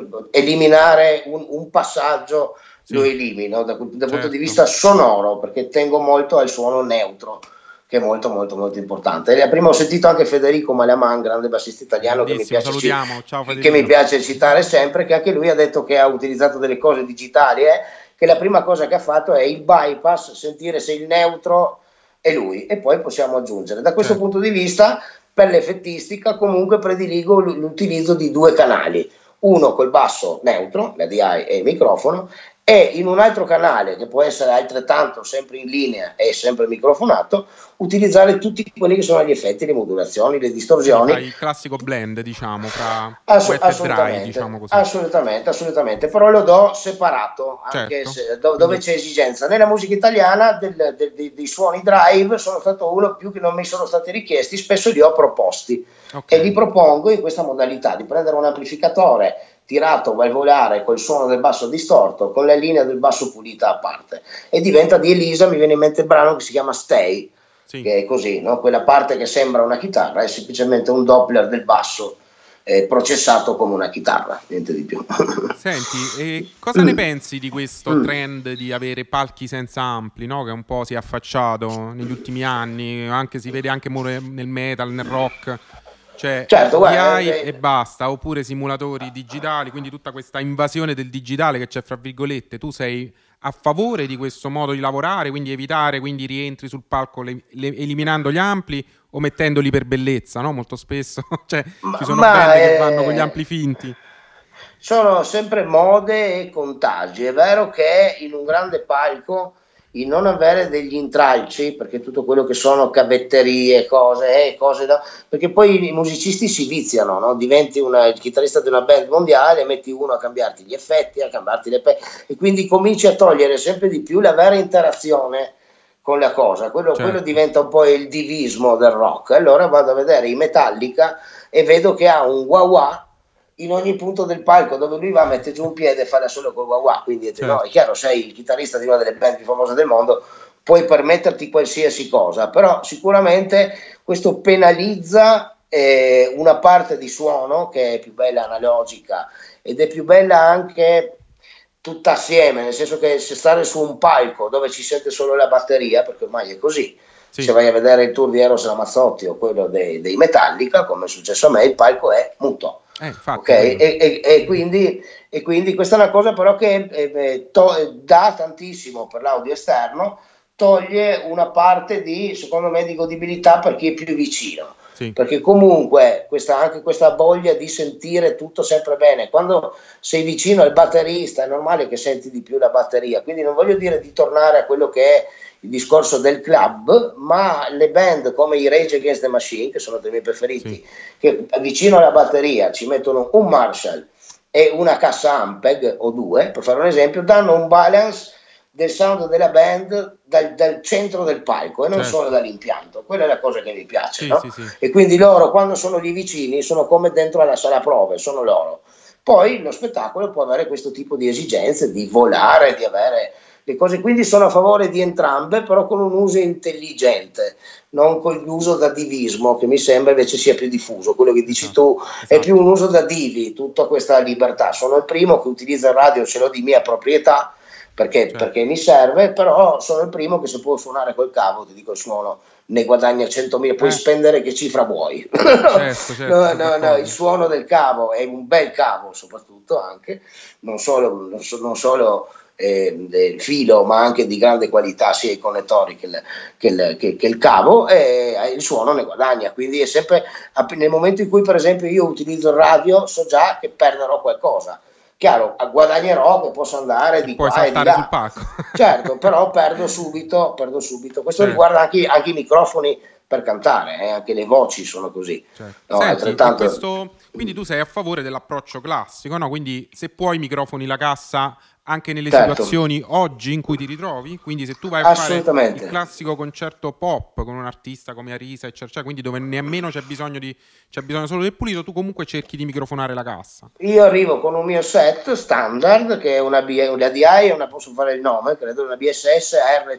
eliminare un passaggio lo Sì, elimino dal punto di certo. vista sonoro perché tengo molto al suono neutro che è molto molto molto importante. E prima ho sentito anche Federico Malaman, grande bassista italiano Grandissimo, salutiamo. Ciao che mi Federico. piace citare sempre, che anche lui ha detto che ha utilizzato delle cose digitali, che la prima cosa che ha fatto è il bypass, sentire se il neutro è lui e poi possiamo aggiungere. Da questo Certo. punto di vista, per l'effettistica comunque prediligo l'utilizzo di due canali, uno col basso neutro, la DI e il microfono, e in un altro canale che può essere altrettanto sempre in linea e sempre microfonato, utilizzare tutti quelli che sono gli effetti, le modulazioni, le Quindi distorsioni. fai il classico blend, diciamo, fra wet e dry, diciamo Assolutamente, così. assolutamente, assolutamente, però lo do separato, anche Certo. se, dove Quindi, c'è esigenza. Nella musica italiana dei suoni drive sono stato uno più che non mi sono stati richiesti, spesso li ho proposti ok, e li propongo in questa modalità di prendere un amplificatore tirato valvolare col suono del basso distorto, con la linea del basso pulita a parte e diventa di Elisa, mi viene in mente il brano che si chiama Stay, sì. che è così, no? Quella parte che sembra una chitarra è semplicemente un doppler del basso processato come una chitarra, niente di più. Senti, e cosa ne Mm, pensi di questo mm. trend di avere palchi senza ampli, no? Che un po' si è affacciato negli ultimi anni, anche si vede anche nel metal, nel rock, cioè Certo, guarda, DI e basta, oppure simulatori digitali, quindi tutta questa invasione del digitale che c'è fra virgolette. Tu sei a favore di questo modo di lavorare, quindi evitare, quindi rientri sul palco eliminando gli ampli o mettendoli per bellezza, no? Molto spesso, cioè ci sono ma band che vanno con gli ampli finti. sono sempre mode e contagi. È vero che in un grande palco il non avere degli intralci, perché tutto quello che sono cavetterie, cose perché poi i musicisti si viziano, no? Diventi il chitarrista di una band mondiale, metti uno a cambiarti gli effetti, a cambiarti e quindi cominci a togliere sempre di più la vera interazione con la cosa, quello Certo. diventa un po' il divismo del rock. Allora vado a vedere i Metallica e vedo che ha un wah wah in ogni punto del palco dove lui va, mette giù un piede e fa da solo col wah wah. Quindi no, è Certo. chiaro, sei il chitarrista di una delle band più famose del mondo, puoi permetterti qualsiasi cosa, però sicuramente questo penalizza una parte di suono che è più bella analogica ed è più bella anche tutta assieme, nel senso che se stare su un palco dove ci sente solo la batteria, perché ormai è così, se Sì. vai a vedere il tour di Eros Ramazzotti o quello dei Metallica, come è successo a me, il palco è muto. Ok? Infatti, quello. E quindi questa è una cosa però che dà tantissimo per l'audio esterno, toglie una parte di, secondo me, di godibilità per chi è più vicino. Sì. Perché comunque anche questa voglia di sentire tutto sempre bene, quando sei vicino al batterista è normale che senti di più la batteria, quindi non voglio dire di tornare a quello che è il discorso del club, ma le band come i Rage Against the Machine, che sono dei miei preferiti, Sì. che vicino alla batteria ci mettono un Marshall e una cassa Ampeg o due, per fare un esempio, danno un balance del sound della band dal centro del palco e non solo Certo. dall'impianto. Quella è la cosa che mi piace, Sì, no? sì, sì. E quindi loro, quando sono lì vicini, sono come dentro alla sala prove, sono loro. Poi lo spettacolo può avere questo tipo di esigenze, di volare, di avere le cose, quindi sono a favore di entrambe, però con un uso intelligente, non con l'uso da divismo, che mi sembra invece sia più diffuso. Quello che dici Esatto, tu è più esatto. un uso da divi, tutta questa libertà. Sono il primo che utilizza il radio, ce l'ho di mia proprietà, Certo. perché mi serve, però sono il primo che se può suonare col cavo, ti dico il suono, ne guadagna 100.000, puoi Eh, spendere che cifra vuoi. certo, certo, No, sono no, no, il d'accordo. suono del cavo è un bel cavo soprattutto anche, non solo del filo, ma anche di grande qualità, sia i connettori che il cavo, e il suono ne guadagna. Quindi è sempre nel momento in cui, per esempio, io utilizzo il radio, so già che perderò qualcosa. Chiaro, guadagnerò che posso andare Che di puoi qua e di saltare sul là. palco. Certo, però perdo subito, perdo subito. Questo riguarda Certo. anche i microfoni per cantare, anche le voci sono così. Certo. No, Senti, e altrettanto. questo, quindi tu sei a favore dell'approccio classico, no? Quindi se puoi microfoni la cassa anche nelle Certo, situazioni oggi in cui ti ritrovi, quindi se tu vai a fare il assolutamente. classico concerto pop con un artista come Arisa, eccetera, quindi dove nemmeno c'è bisogno solo del pulito, tu comunque cerchi di microfonare la cassa. Io arrivo con un mio set standard che è una DI, non posso fare il nome, credo una BSS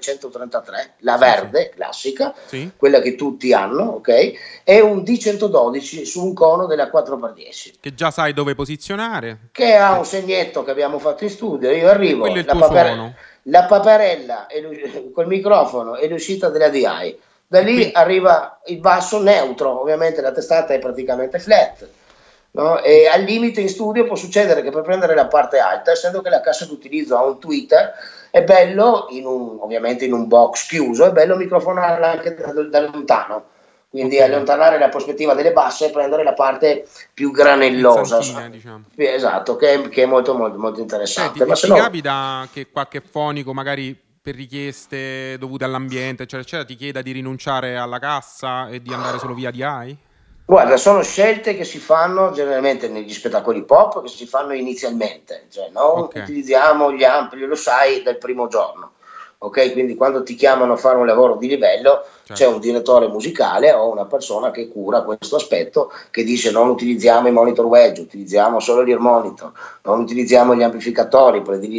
R133, la Sì, sì. verde classica, Sì? quella che tutti hanno, ok? E un D112 su un cono della 4x10 Che già sai dove posizionare. che ha un E, segnetto che abbiamo fatto in studio. Io e quello arrivo, è il tuo suono. la paperella col microfono e l'uscita della DI. Da E lì quindi arriva il basso neutro, ovviamente la testata è praticamente flat. No? E al limite in studio può succedere che per prendere la parte alta, essendo che la cassa d'utilizzo ha un tweeter, è bello, ovviamente in un box chiuso, è bello microfonarla anche da lontano, quindi ok, allontanare la prospettiva delle basse e prendere la parte più frizzantina, granellosa. diciamo. Sì, esatto, che è molto, molto, molto Senti, interessante. Ma e se ti no, capita che qualche fonico, magari per richieste dovute all'ambiente, eccetera, eccetera, ti chieda di rinunciare alla cassa e di andare solo via di AI? guarda, sono scelte che si fanno generalmente negli spettacoli pop, che si fanno inizialmente, cioè non Ok, utilizziamo gli ampli, lo sai, dal primo giorno. Ok, quindi quando ti chiamano a fare un lavoro di livello c'è certo. un direttore musicale o una persona che cura questo aspetto, che dice non utilizziamo i monitor wedge, utilizziamo solo gli ear monitor, non utilizziamo gli amplificatori,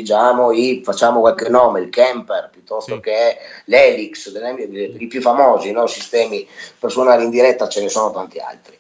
facciamo qualche nome, il Kemper piuttosto Sì, che l'Helix, sì. i più famosi, no? Sistemi per suonare in diretta, ce ne sono tanti altri.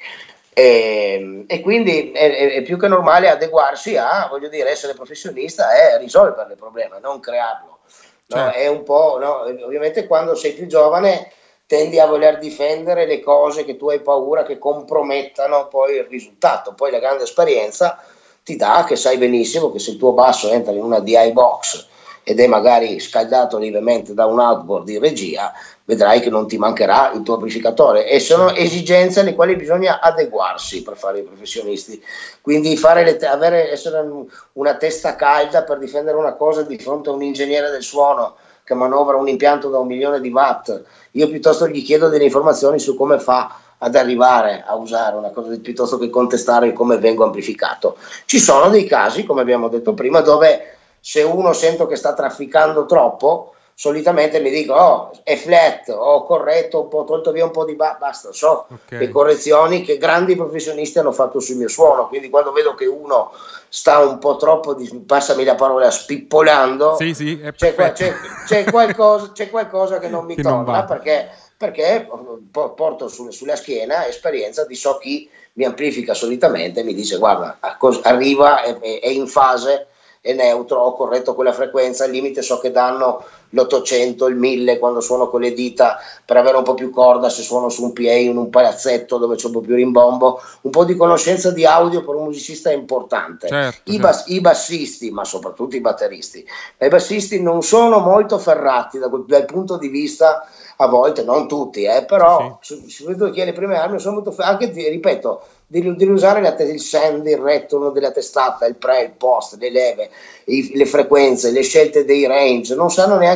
E quindi è più che normale adeguarsi a, voglio dire, essere professionista e risolvere il problema, non crearlo. No? È Certo. un po', no? Ovviamente quando sei più giovane tendi a voler difendere le cose che tu hai paura che compromettano poi il risultato. Poi la grande esperienza ti dà che sai benissimo che se il tuo basso entra in una DI box ed è magari scaldato lievemente da un outboard di regia, vedrai che non ti mancherà il tuo amplificatore e sono Certo. esigenze alle quali bisogna adeguarsi per fare i professionisti. Quindi essere una testa calda per difendere una cosa di fronte a un ingegnere del suono che manovra un impianto da 1 milione di watt, io piuttosto gli chiedo delle informazioni su come fa ad arrivare a usare una cosa piuttosto che contestare come vengo amplificato. Ci sono dei casi, come abbiamo detto prima, dove se uno sento che sta trafficando troppo, solitamente mi dico, oh, è flat, ho corretto un po', tolto via un po' di basta, so le Ok. correzioni che grandi professionisti hanno fatto sul mio suono, quindi quando vedo che uno sta un po' troppo, passami la parola, spippolando, Sì, sì, è perfetto. c'è qualcosa che non mi Che non torna va. perché porto sulla schiena esperienza di so chi mi amplifica solitamente e mi dice guarda, arriva, è in fase, è neutro, ho corretto quella frequenza, al limite so che danno l'800, il 1000 quando suono con le dita per avere un po' più corda se suono su un PA in un palazzetto dove c'è un po' più rimbombo, un po' di conoscenza di audio per un musicista è importante. Certo, certo. I bassisti, ma soprattutto i batteristi, i bassisti non sono molto ferrati dal punto di vista, a volte, non tutti, Sì, sì. però soprattutto chi ha le prime armi sono molto anche, ripeto, di usare il send, il return della testata, il pre, il post, le leve, le frequenze, le scelte dei range, non sanno neanche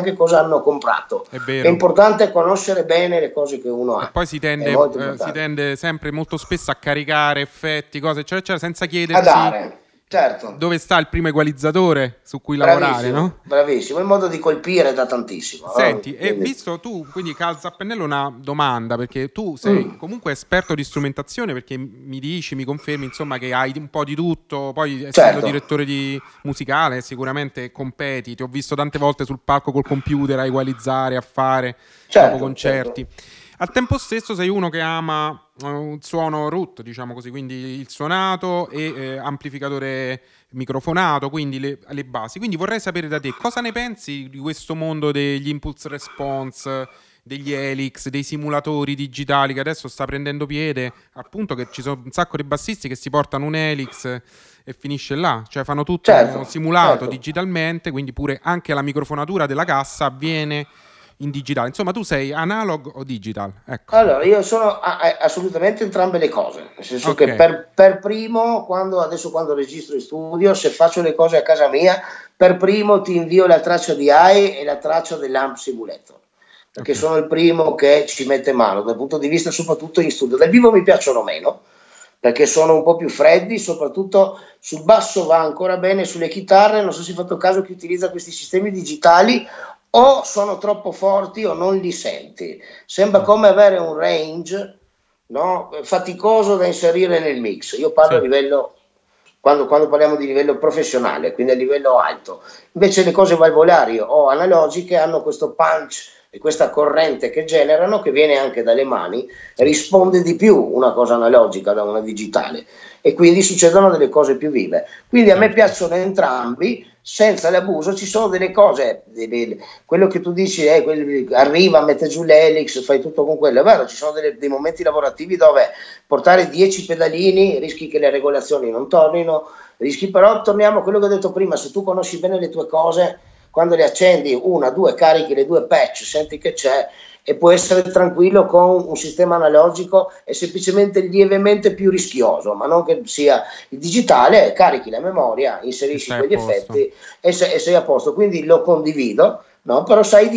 che cosa hanno comprato. È È vero. importante conoscere bene le cose che uno E ha, poi è molto si importante. tende sempre molto spesso a caricare effetti, cose, eccetera, eccetera, senza A chiedersi dare, certo. dove sta il primo equalizzatore su cui lavorare, Bravissimo, no? bravissimo. Il modo di colpire da tantissimo, no? Senti, e Quindi, visto tu, quindi calza a pennello una domanda, perché tu sei mm, comunque esperto di strumentazione, perché mi dici, mi confermi, insomma, che hai un po' di tutto, poi essendo certo, direttore di musicale sicuramente competi, ti ho visto tante volte sul palco col computer a equalizzare, a fare dopo certo, certo. concerti. Al tempo stesso sei uno che ama un suono root, diciamo così, quindi il suonato e amplificatore microfonato, quindi le basi. Quindi vorrei sapere da te cosa ne pensi di questo mondo degli impulse response, degli Helix, dei simulatori digitali che adesso sta prendendo piede, appunto che ci sono un sacco di bassisti che si portano un Helix e finisce là, cioè fanno tutto Certo, simulato certo. digitalmente, quindi pure anche la microfonatura della cassa avviene in digitale. Insomma, tu sei analog o digital? Ecco. Allora, io sono assolutamente entrambe le cose, nel senso Ok, che per primo, adesso quando registro in studio, se faccio le cose a casa mia, per primo ti invio la traccia di AI e la traccia dell'amp simulator, perché ok. sono il primo che ci mette mano, dal punto di vista soprattutto in studio. Dal vivo mi piacciono meno, perché sono un po' più freddi, soprattutto sul basso va ancora bene, sulle chitarre, non so se hai fatto caso chi utilizza questi sistemi digitali, o sono troppo forti o non li senti. Sembra Mm. come avere un range, no, faticoso da inserire nel mix. Io parlo a Sì, livello, quando parliamo di livello professionale, quindi a livello alto. Invece le cose valvolari o analogiche hanno questo punch e questa corrente che generano, che viene anche dalle mani, sì. risponde di più una cosa analogica da una digitale e quindi succedono delle cose più vive. Quindi a me Certo. piacciono entrambi, senza l'abuso. Ci sono delle cose, quello che tu dici è arriva, mette giù l'elix, fai tutto con quello, è vero, ci sono dei momenti lavorativi dove portare 10 pedalini rischi che le regolazioni non tornino, rischi, però torniamo a quello che ho detto prima, se tu conosci bene le tue cose, quando le accendi, una, due, carichi le due patch, senti che c'è, e puoi essere tranquillo con un sistema analogico, è semplicemente lievemente più rischioso, ma non che sia il digitale, carichi la memoria, E inserisci stai a quegli posto. effetti e sei a posto, quindi lo condivido, no? Però sai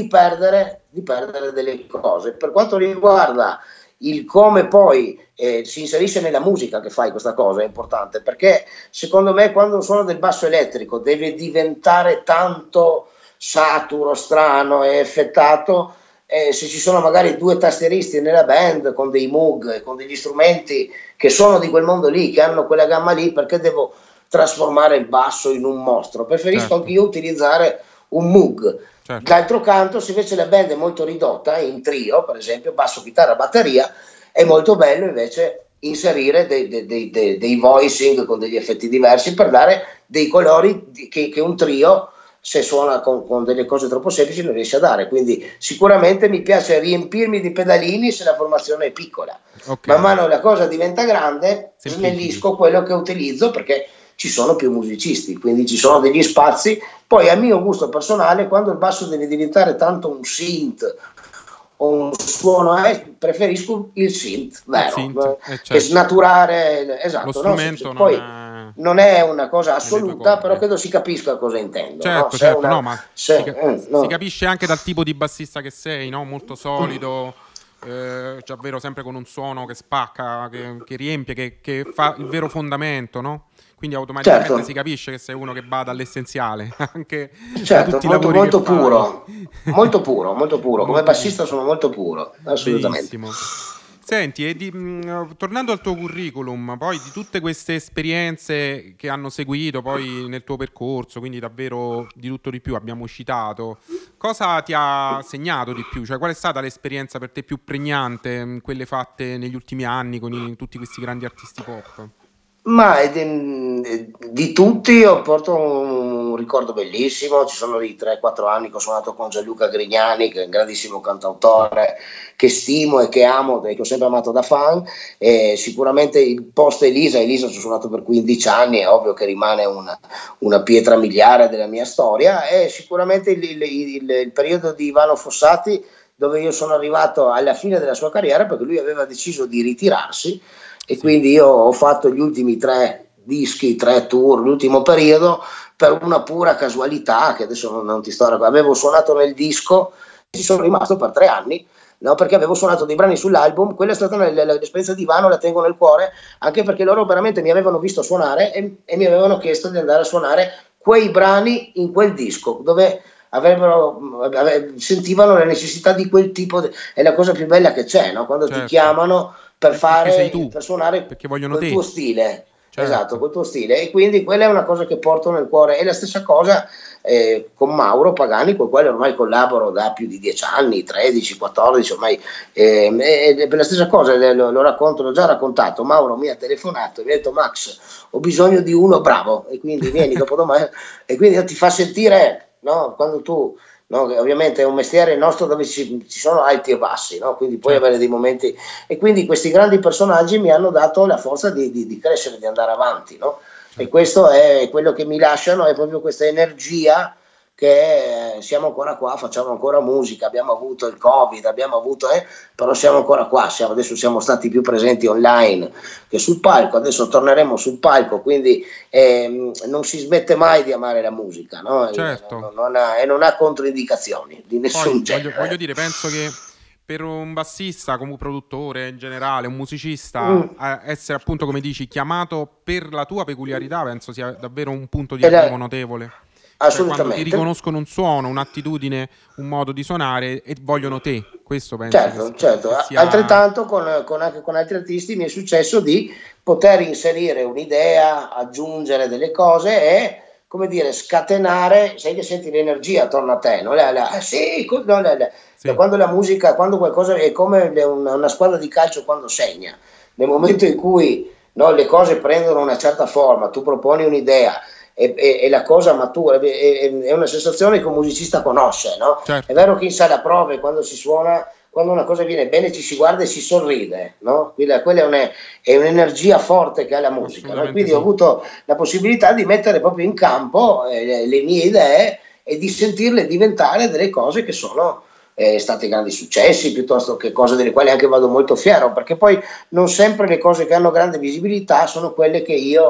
di perdere delle cose. Per quanto riguarda il come poi si inserisce nella musica che fai questa cosa è importante, perché secondo me quando un suono del basso elettrico deve diventare tanto saturo, strano e effettato, se ci sono magari due tasteristi nella band con dei Moog, con degli strumenti che sono di quel mondo lì, che hanno quella gamma lì, perché devo trasformare il basso in un mostro? Preferisco Certo, anch'io utilizzare un Moog. certo. D'altro canto, se invece la band è molto ridotta, in trio, per esempio, basso, chitarra, batteria, è molto bello invece inserire dei voicing con degli effetti diversi per dare dei colori che un trio, se suona con delle cose troppo semplici, non riesce a dare. Quindi sicuramente mi piace riempirmi di pedalini se la formazione è piccola. Ok, Man mano la cosa diventa grande, semplifichi. snellisco quello che utilizzo perché ci sono più musicisti, quindi ci sono degli spazi. Poi a mio gusto personale, quando il basso deve diventare tanto un synth o un suono, preferisco il synth, Il vero, synth, che certo. snaturare, Lo esatto, no? strumento non Poi è non è una cosa nelle tue assoluta, però corde. credo si capisca cosa intendo, no? Certo, Se è certo, no, una, ma si no. capisce anche dal tipo di bassista che sei, no? Molto solido, cioè, davvero sempre con un suono che spacca, che riempie, che fa il vero fondamento, no? Quindi Certo, automaticamente si capisce che sei uno che va dall'essenziale, anche da certo, tutti i lavori che molto fai. puro, molto puro, molto puro. Come Molto bassista puro. sono molto puro, assolutamente. Benissimo. Senti, tornando al tuo curriculum, poi di tutte queste esperienze che hanno seguito poi nel tuo percorso, quindi davvero di tutto di più abbiamo citato, cosa ti ha segnato di più? Cioè, qual è stata l'esperienza per te più pregnante, quelle fatte negli ultimi anni con tutti questi grandi artisti pop? Ma di tutti io porto un ricordo bellissimo, ci sono i 3-4 anni che ho suonato con Gianluca Grignani, che è un grandissimo Sì, cantautore, che stimo e che amo e che ho sempre amato da fan, e sicuramente il post Elisa ci ho suonato per 15 anni, è ovvio che rimane una pietra miliare della mia storia, e sicuramente il periodo di Ivano Fossati, dove io sono arrivato alla fine della sua carriera perché lui aveva deciso di ritirarsi, e sì, quindi io ho fatto gli ultimi dischi, 3 tour, l'ultimo periodo, per una pura casualità, che adesso non ti sto raccontando. Avevo suonato nel disco, ci sono rimasto per 3 anni, no, perché avevo suonato dei brani sull'album. Quella è stata l'esperienza di Ivano, la tengo nel cuore, anche perché loro veramente mi avevano visto suonare e mi avevano chiesto di andare a suonare quei brani in quel disco, dove sentivano la necessità di quel tipo è la cosa più bella che c'è, no? Quando ti certo. chiamano Perché sei tu, per suonare perché vogliono col tuo te, stile. Esatto, certo. col tuo stile, e quindi quella è una cosa che porto nel cuore. E la stessa cosa con Mauro Pagani, con il quale ormai collaboro da più di 10 anni, 13, 14 ormai. Per la stessa cosa lo racconto, l'ho già raccontato. Mauro mi ha telefonato e mi ha detto: Max, ho bisogno di uno bravo, e quindi vieni dopodomani. E quindi ti fa sentire, no? Quando tu, no? Ovviamente è un mestiere nostro dove ci sono alti e bassi, no? Quindi puoi avere Certo. dei momenti, e quindi questi grandi personaggi mi hanno dato la forza di crescere, di andare avanti, no? E Certo. questo è quello che mi lasciano, è proprio questa energia che siamo ancora qua, facciamo ancora musica, abbiamo avuto il Covid, però siamo ancora qua, adesso siamo stati più presenti online che sul palco, adesso torneremo sul palco, quindi non si smette mai di amare la musica, no? Certo. Non ha controindicazioni di Poi nessun voglio genere. dire, penso che per un bassista, come un produttore in generale, un musicista, Mm. essere appunto, come dici, chiamato per la tua peculiarità, penso sia davvero un punto di Ed arrivo è- notevole. Cioè, quando ti Assolutamente. riconoscono un suono, un'attitudine, un modo di suonare e vogliono te, questo penso Certo, certo. che sia... Altrettanto anche con altri artisti mi è successo di poter inserire un'idea, aggiungere delle cose e, come dire, scatenare, sai che senti l'energia attorno a te, no? Sì, no, Sì, quando la musica, quando qualcosa è come una squadra di calcio quando segna, nel momento in cui, no, le cose prendono una certa forma, tu proponi un'idea e la cosa matura, è una sensazione che un musicista conosce, no? È certo, vero che in sala prove, quando si suona, quando una cosa viene bene, ci si guarda e si sorride, no? Quella è un'energia forte che ha la musica, no? E assolutamente quindi ho sì. avuto la possibilità di mettere proprio in campo le mie idee e di sentirle diventare delle cose che sono state grandi successi, piuttosto che cose delle quali anche vado molto fiero, perché poi non sempre le cose che hanno grande visibilità sono quelle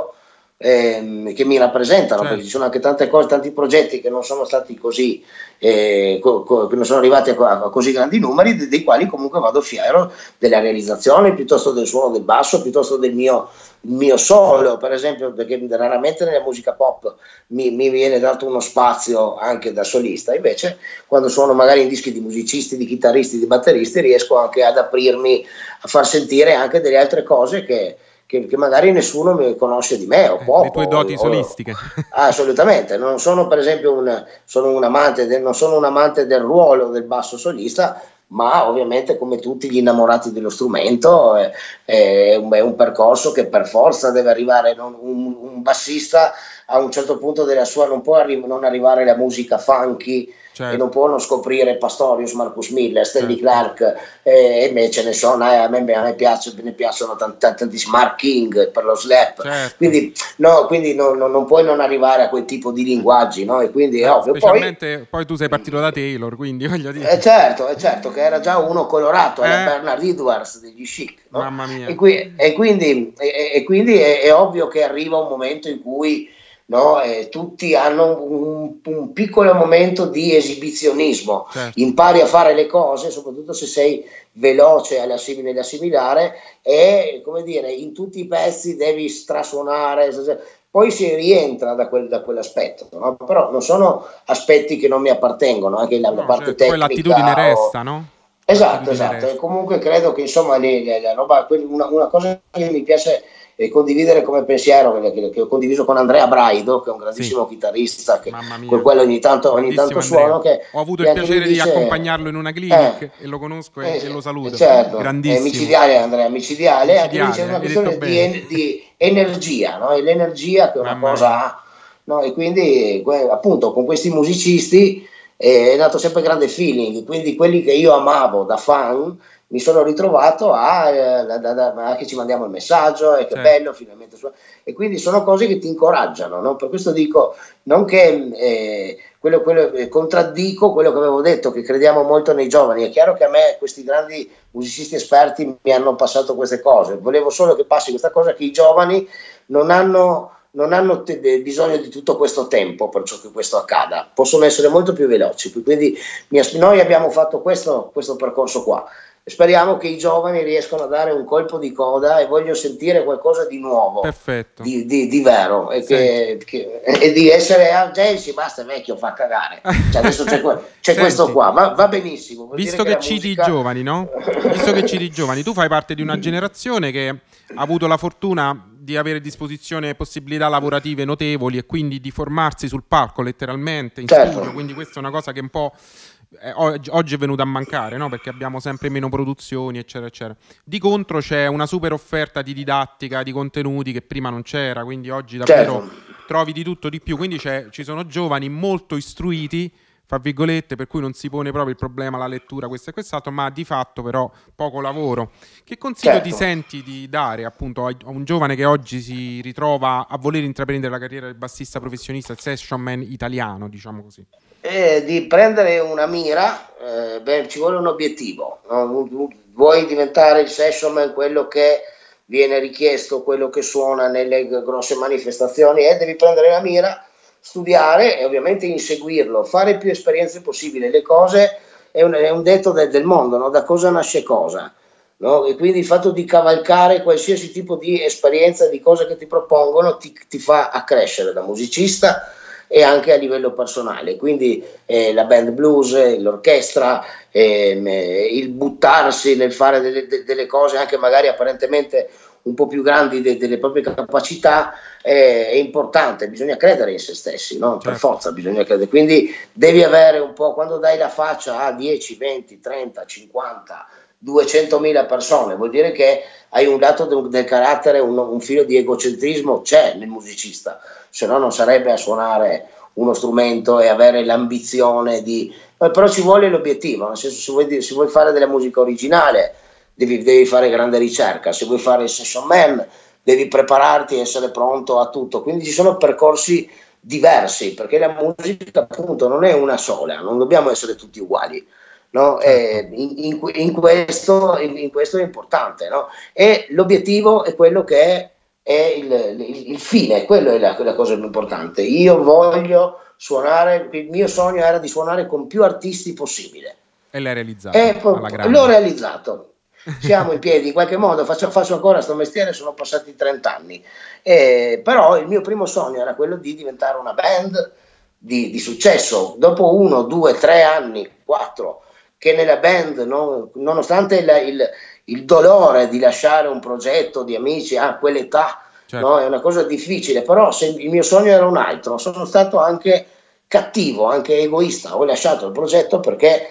che mi rappresentano, perché ci sono Certo. anche tante cose, tanti progetti che non sono stati così, che non sono arrivati a così grandi numeri, dei quali comunque vado fiero della realizzazione, piuttosto del suono del basso, piuttosto il mio solo, per esempio, perché raramente nella musica pop mi viene dato uno spazio anche da solista, invece quando suono magari in dischi di musicisti, di chitarristi, di batteristi, riesco anche ad aprirmi, a far sentire anche delle altre cose che magari nessuno mi conosce di me o Le poco. tue doti solistiche. Assolutamente, non sono per esempio non sono un amante del ruolo del basso solista, ma ovviamente come tutti gli innamorati dello strumento è un percorso che per forza deve arrivare, un bassista a un certo punto della sua non può non arrivare la musica funky e non Certo, può non scoprire Pastorius, Marcus Miller, Stanley certo, Clark, e me ce ne sono, a me ne piacciono tantissimi, Mark King per lo slap, certo. quindi, no, quindi non puoi non arrivare a quel tipo di linguaggi, no? E quindi è ovvio. Poi, Specialmente poi tu sei partito da Taylor, quindi voglio dire. è certo che era già uno colorato, alla Eh, Bernard Edwards degli Chic, no? mamma mia. E quindi è ovvio che arriva un momento in cui, no, tutti hanno un piccolo momento di esibizionismo, Certo. impari a fare le cose, soprattutto se sei veloce nell'assimilare, e come dire, in tutti i pezzi devi strasuonare, poi si rientra da quell'aspetto, no? Però non sono aspetti che non mi appartengono, anche la No, parte certo. Poi l'attitudine tecnica. resta, no? Esatto, L'attitudine esatto. E resta. comunque credo che insomma la roba, una cosa che mi piace condividere come pensiero, che ho condiviso con Andrea Braido, che è un Sì, grandissimo chitarrista, mamma con mia. quello ogni Grandissimo tanto suono, Andrea. Ho avuto che il anche lui piacere di dice, accompagnarlo in una eh, clinic e lo conosco e lo saluto. certo, è Grandissimo. micidiale Andrea, micidiale, anche lui dice Micidiale, una hai detto questione bene. di energia, no? E l'energia che una Mamma mia. cosa ha, no? E quindi appunto con questi musicisti è nato sempre grande feeling, quindi quelli che io amavo da fan mi sono ritrovato a che ci mandiamo il messaggio e che Certo. bello finalmente e quindi sono cose che ti incoraggiano, no? Per questo dico non che contraddico quello che avevo detto, che crediamo molto nei giovani. È chiaro che a me questi grandi musicisti esperti mi hanno passato queste cose, volevo solo che passi questa cosa, che i giovani non hanno bisogno di tutto questo tempo per ciò che questo accada, possono essere molto più veloci, quindi noi abbiamo fatto questo percorso qua. Speriamo che i giovani riescano a dare un colpo di coda e voglio sentire qualcosa di nuovo, Perfetto. di vero, Senti. e di essere Gensi, basta, è vecchio, fa cagare. Cioè adesso c'è questo Senti, qua, va benissimo, vuol dire visto che che la citi i musica... giovani, no? Visto che citi i giovani, tu fai parte di una generazione che ha avuto la fortuna di avere a disposizione possibilità lavorative notevoli e quindi di formarsi sul palco letteralmente in Certo, studio, quindi questa è una cosa che un po' oggi è venuta a mancare, no? Perché abbiamo sempre meno produzioni, eccetera, eccetera. Di contro c'è una super offerta di didattica, di contenuti che prima non c'era, quindi oggi davvero certo, trovi di tutto di più, quindi ci sono giovani molto istruiti, fra virgolette, per cui non si pone proprio il problema la lettura, questo e quest'altro, ma di fatto però poco lavoro. Che consiglio ti certo. senti di dare appunto a un giovane che oggi si ritrova a voler intraprendere la carriera del bassista professionista, il session man italiano, diciamo così? Di prendere una mira, ci vuole un obiettivo, no? Vuoi diventare il session man, quello che viene richiesto, quello che suona nelle grosse manifestazioni, e devi prendere la mira, studiare e ovviamente inseguirlo, fare più esperienze possibili. Le cose è un detto del mondo, no? Da cosa nasce cosa. No? E quindi il fatto di cavalcare qualsiasi tipo di esperienza, di cose che ti propongono, ti fa accrescere da musicista e anche a livello personale. Quindi la band blues, l'orchestra, il buttarsi nel fare delle cose anche magari apparentemente un po' più grandi delle proprie capacità è importante, bisogna credere in se stessi, no? Per Certo. forza bisogna credere, quindi devi avere un po', quando dai la faccia a 10, 20, 30, 50, 200.000 persone, vuol dire che hai un lato del carattere, un filo di egocentrismo c'è nel musicista, se no non sarebbe a suonare uno strumento e avere l'ambizione di... Però ci vuole l'obiettivo, nel senso, se vuoi fare della musica originale devi fare grande ricerca, se vuoi fare il session man devi prepararti e essere pronto a tutto, quindi ci sono percorsi diversi, perché la musica appunto non è una sola, non dobbiamo essere tutti uguali. No? Certo. In questo è importante, no? E l'obiettivo è quello che è il fine, quello è la cosa più importante. Io voglio suonare, il mio sogno era di suonare con più artisti possibile E l'hai e realizzato alla l'ho grande. realizzato. Siamo in piedi, in qualche modo faccio ancora questo mestiere, sono passati 30 anni, però il mio primo sogno era quello di diventare una band di successo. Dopo 1, 2, 3 anni, 4, che nella band, no, nonostante il dolore di lasciare un progetto di amici a quell'età, no, Certo. è una cosa difficile, però se il mio sogno era un altro, sono stato anche cattivo, anche egoista, ho lasciato il progetto perché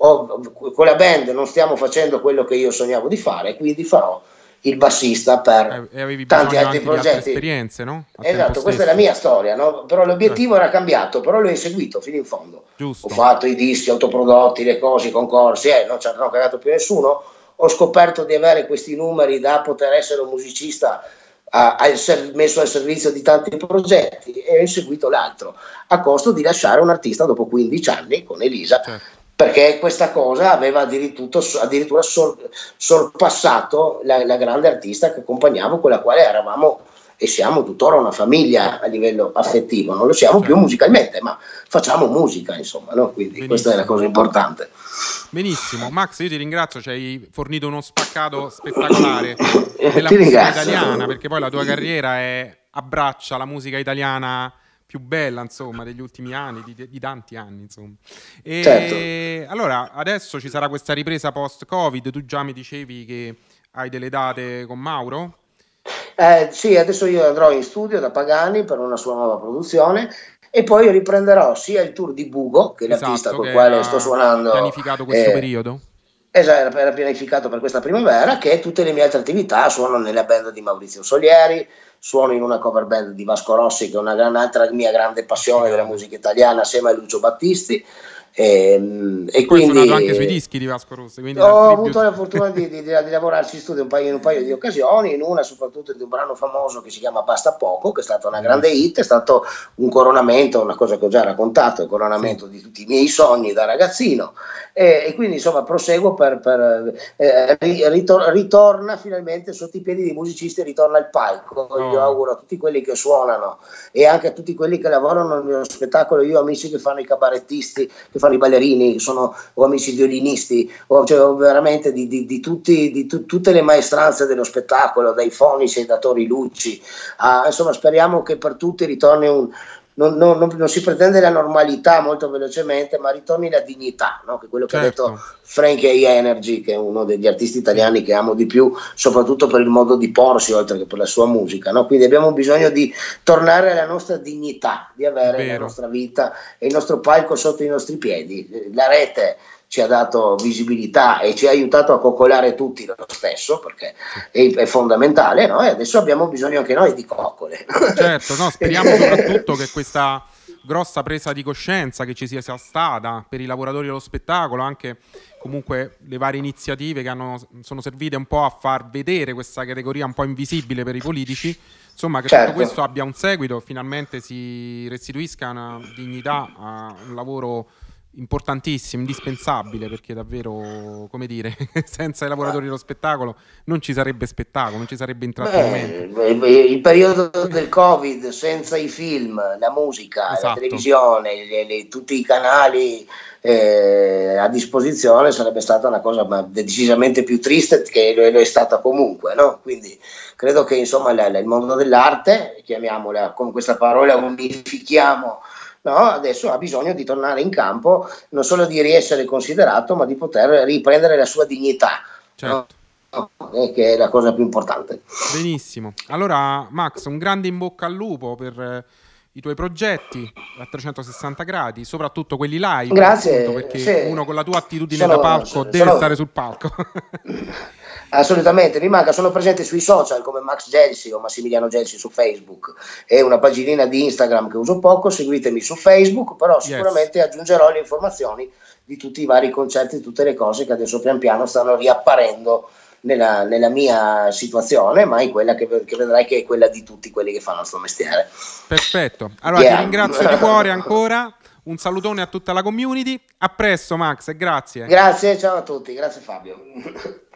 con la band non stiamo facendo quello che io sognavo di fare, quindi farò il bassista per E avevi tanti bisogno altri anche di altre progetti. esperienze, no? Al tempo Esatto, questa è la stesso. mia storia, no? Però l'obiettivo Certo. era cambiato, però l'ho inseguito fino in fondo. Ho Giusto. fatto i dischi autoprodotti, le cose, i concorsi, non ci hanno cagato più nessuno. Ho scoperto di avere questi numeri da poter essere un musicista messo al servizio di tanti progetti e ho inseguito l'altro, a costo di lasciare un artista dopo 15 anni con Elisa, Certo. perché questa cosa aveva addirittura sorpassato la grande artista che accompagnavo, con la quale eravamo e siamo tuttora una famiglia a livello affettivo, non lo siamo più Certo. musicalmente, ma facciamo musica, insomma, no? Quindi questa è la Benissimo. cosa importante. Benissimo. Max, io ti ringrazio, ci hai fornito uno spaccato spettacolare della Ti musica ringrazio. italiana, perché poi la tua carriera abbraccia la musica italiana più bella, insomma, degli ultimi anni, di tanti anni, insomma. Certo. E allora, adesso ci sarà questa ripresa post-Covid, tu già mi dicevi che hai delle date con Mauro? Sì, adesso io andrò in studio da Pagani per una sua nuova produzione e poi riprenderò sia il tour di Bugo, che è l'artista Esatto, col che quale sto era suonando, pianificato questo periodo. era pianificato per questa primavera, che tutte le mie altre attività. Suono nella band di Maurizio Solieri, suono in una cover band di Vasco Rossi, che è un'altra mia grande passione della Figata. musica italiana, assieme a Lucio Battisti. E Poi hai suonato anche sui quindi dischi di Vasco Rossi, quindi dal ho avuto tribute. la fortuna di lavorarci in studio in un paio di occasioni, in una soprattutto di un brano famoso che si chiama Basta Poco, che è stata una grande Bellissimo. hit, è stato un coronamento, una cosa che ho già raccontato, il Sì. coronamento di tutti i miei sogni da ragazzino, e quindi insomma proseguo ritorna finalmente sotto i piedi dei musicisti, ritorna il palco. Io Oh, auguro a tutti quelli che suonano e anche a tutti quelli che lavorano nello spettacolo, io ho amici che fanno i cabarettisti, che fanno i ballerini, ho amici violinisti, cioè, veramente tutte le maestranze dello spettacolo, dai fonici ai datori luci, insomma speriamo che per tutti ritorni non si pretende la normalità molto velocemente, ma ritorni la dignità, no? Che è quello che ha detto certo, Frankie Energy, che è uno degli artisti sì, italiani che amo di più, soprattutto per il modo di porsi, oltre che per la sua musica. No? Quindi abbiamo bisogno di tornare alla nostra dignità, di è avere la vero. nostra vita e il nostro palco sotto i nostri piedi. La rete ci ha dato visibilità e ci ha aiutato a coccolare tutti lo stesso, perché Sì. è fondamentale, no? E adesso abbiamo bisogno anche noi di coccole. Certo, no, speriamo soprattutto che questa grossa presa di coscienza che ci sia stata per i lavoratori dello spettacolo, anche comunque le varie iniziative che sono servite un po' a far vedere questa categoria un po' invisibile per i politici, insomma che tutto Certo. questo abbia un seguito, finalmente si restituisca una dignità a un lavoro importantissimo, indispensabile, perché davvero, come dire, senza i lavoratori dello spettacolo non ci sarebbe spettacolo, non ci sarebbe intrattenimento. Il periodo del Covid senza i film, la musica, la Esatto. televisione, tutti i canali a disposizione sarebbe stata una cosa decisamente più triste che lo è stata comunque, no? Quindi credo che insomma il mondo dell'arte, chiamiamola con questa parola, unifichiamo, no? Adesso ha bisogno di tornare in campo, non solo di riessere considerato, ma di poter riprendere la sua dignità, no? Certo, Che è la cosa più importante. benissimo. Allora, Max, un grande in bocca al lupo per i tuoi progetti a 360 gradi, soprattutto quelli live, appunto, Grazie, perché sì, uno con la tua attitudine da sono, palco deve stare sul palco. assolutamente, mi manca, sono presente sui social come Max Gelsi o Massimiliano Gelsi su Facebook e una paginina di Instagram che uso poco, seguitemi su Facebook, però Yes, sicuramente aggiungerò le informazioni di tutti i vari concerti, di tutte le cose che adesso pian piano stanno riapparendo nella mia situazione, ma in quella che vedrai che è quella di tutti quelli che fanno il suo mestiere. perfetto. Allora, ti Yeah. ringrazio di cuore ancora. Un salutone a tutta la community. A presto, Max, e grazie. Grazie, ciao a tutti, grazie Fabio.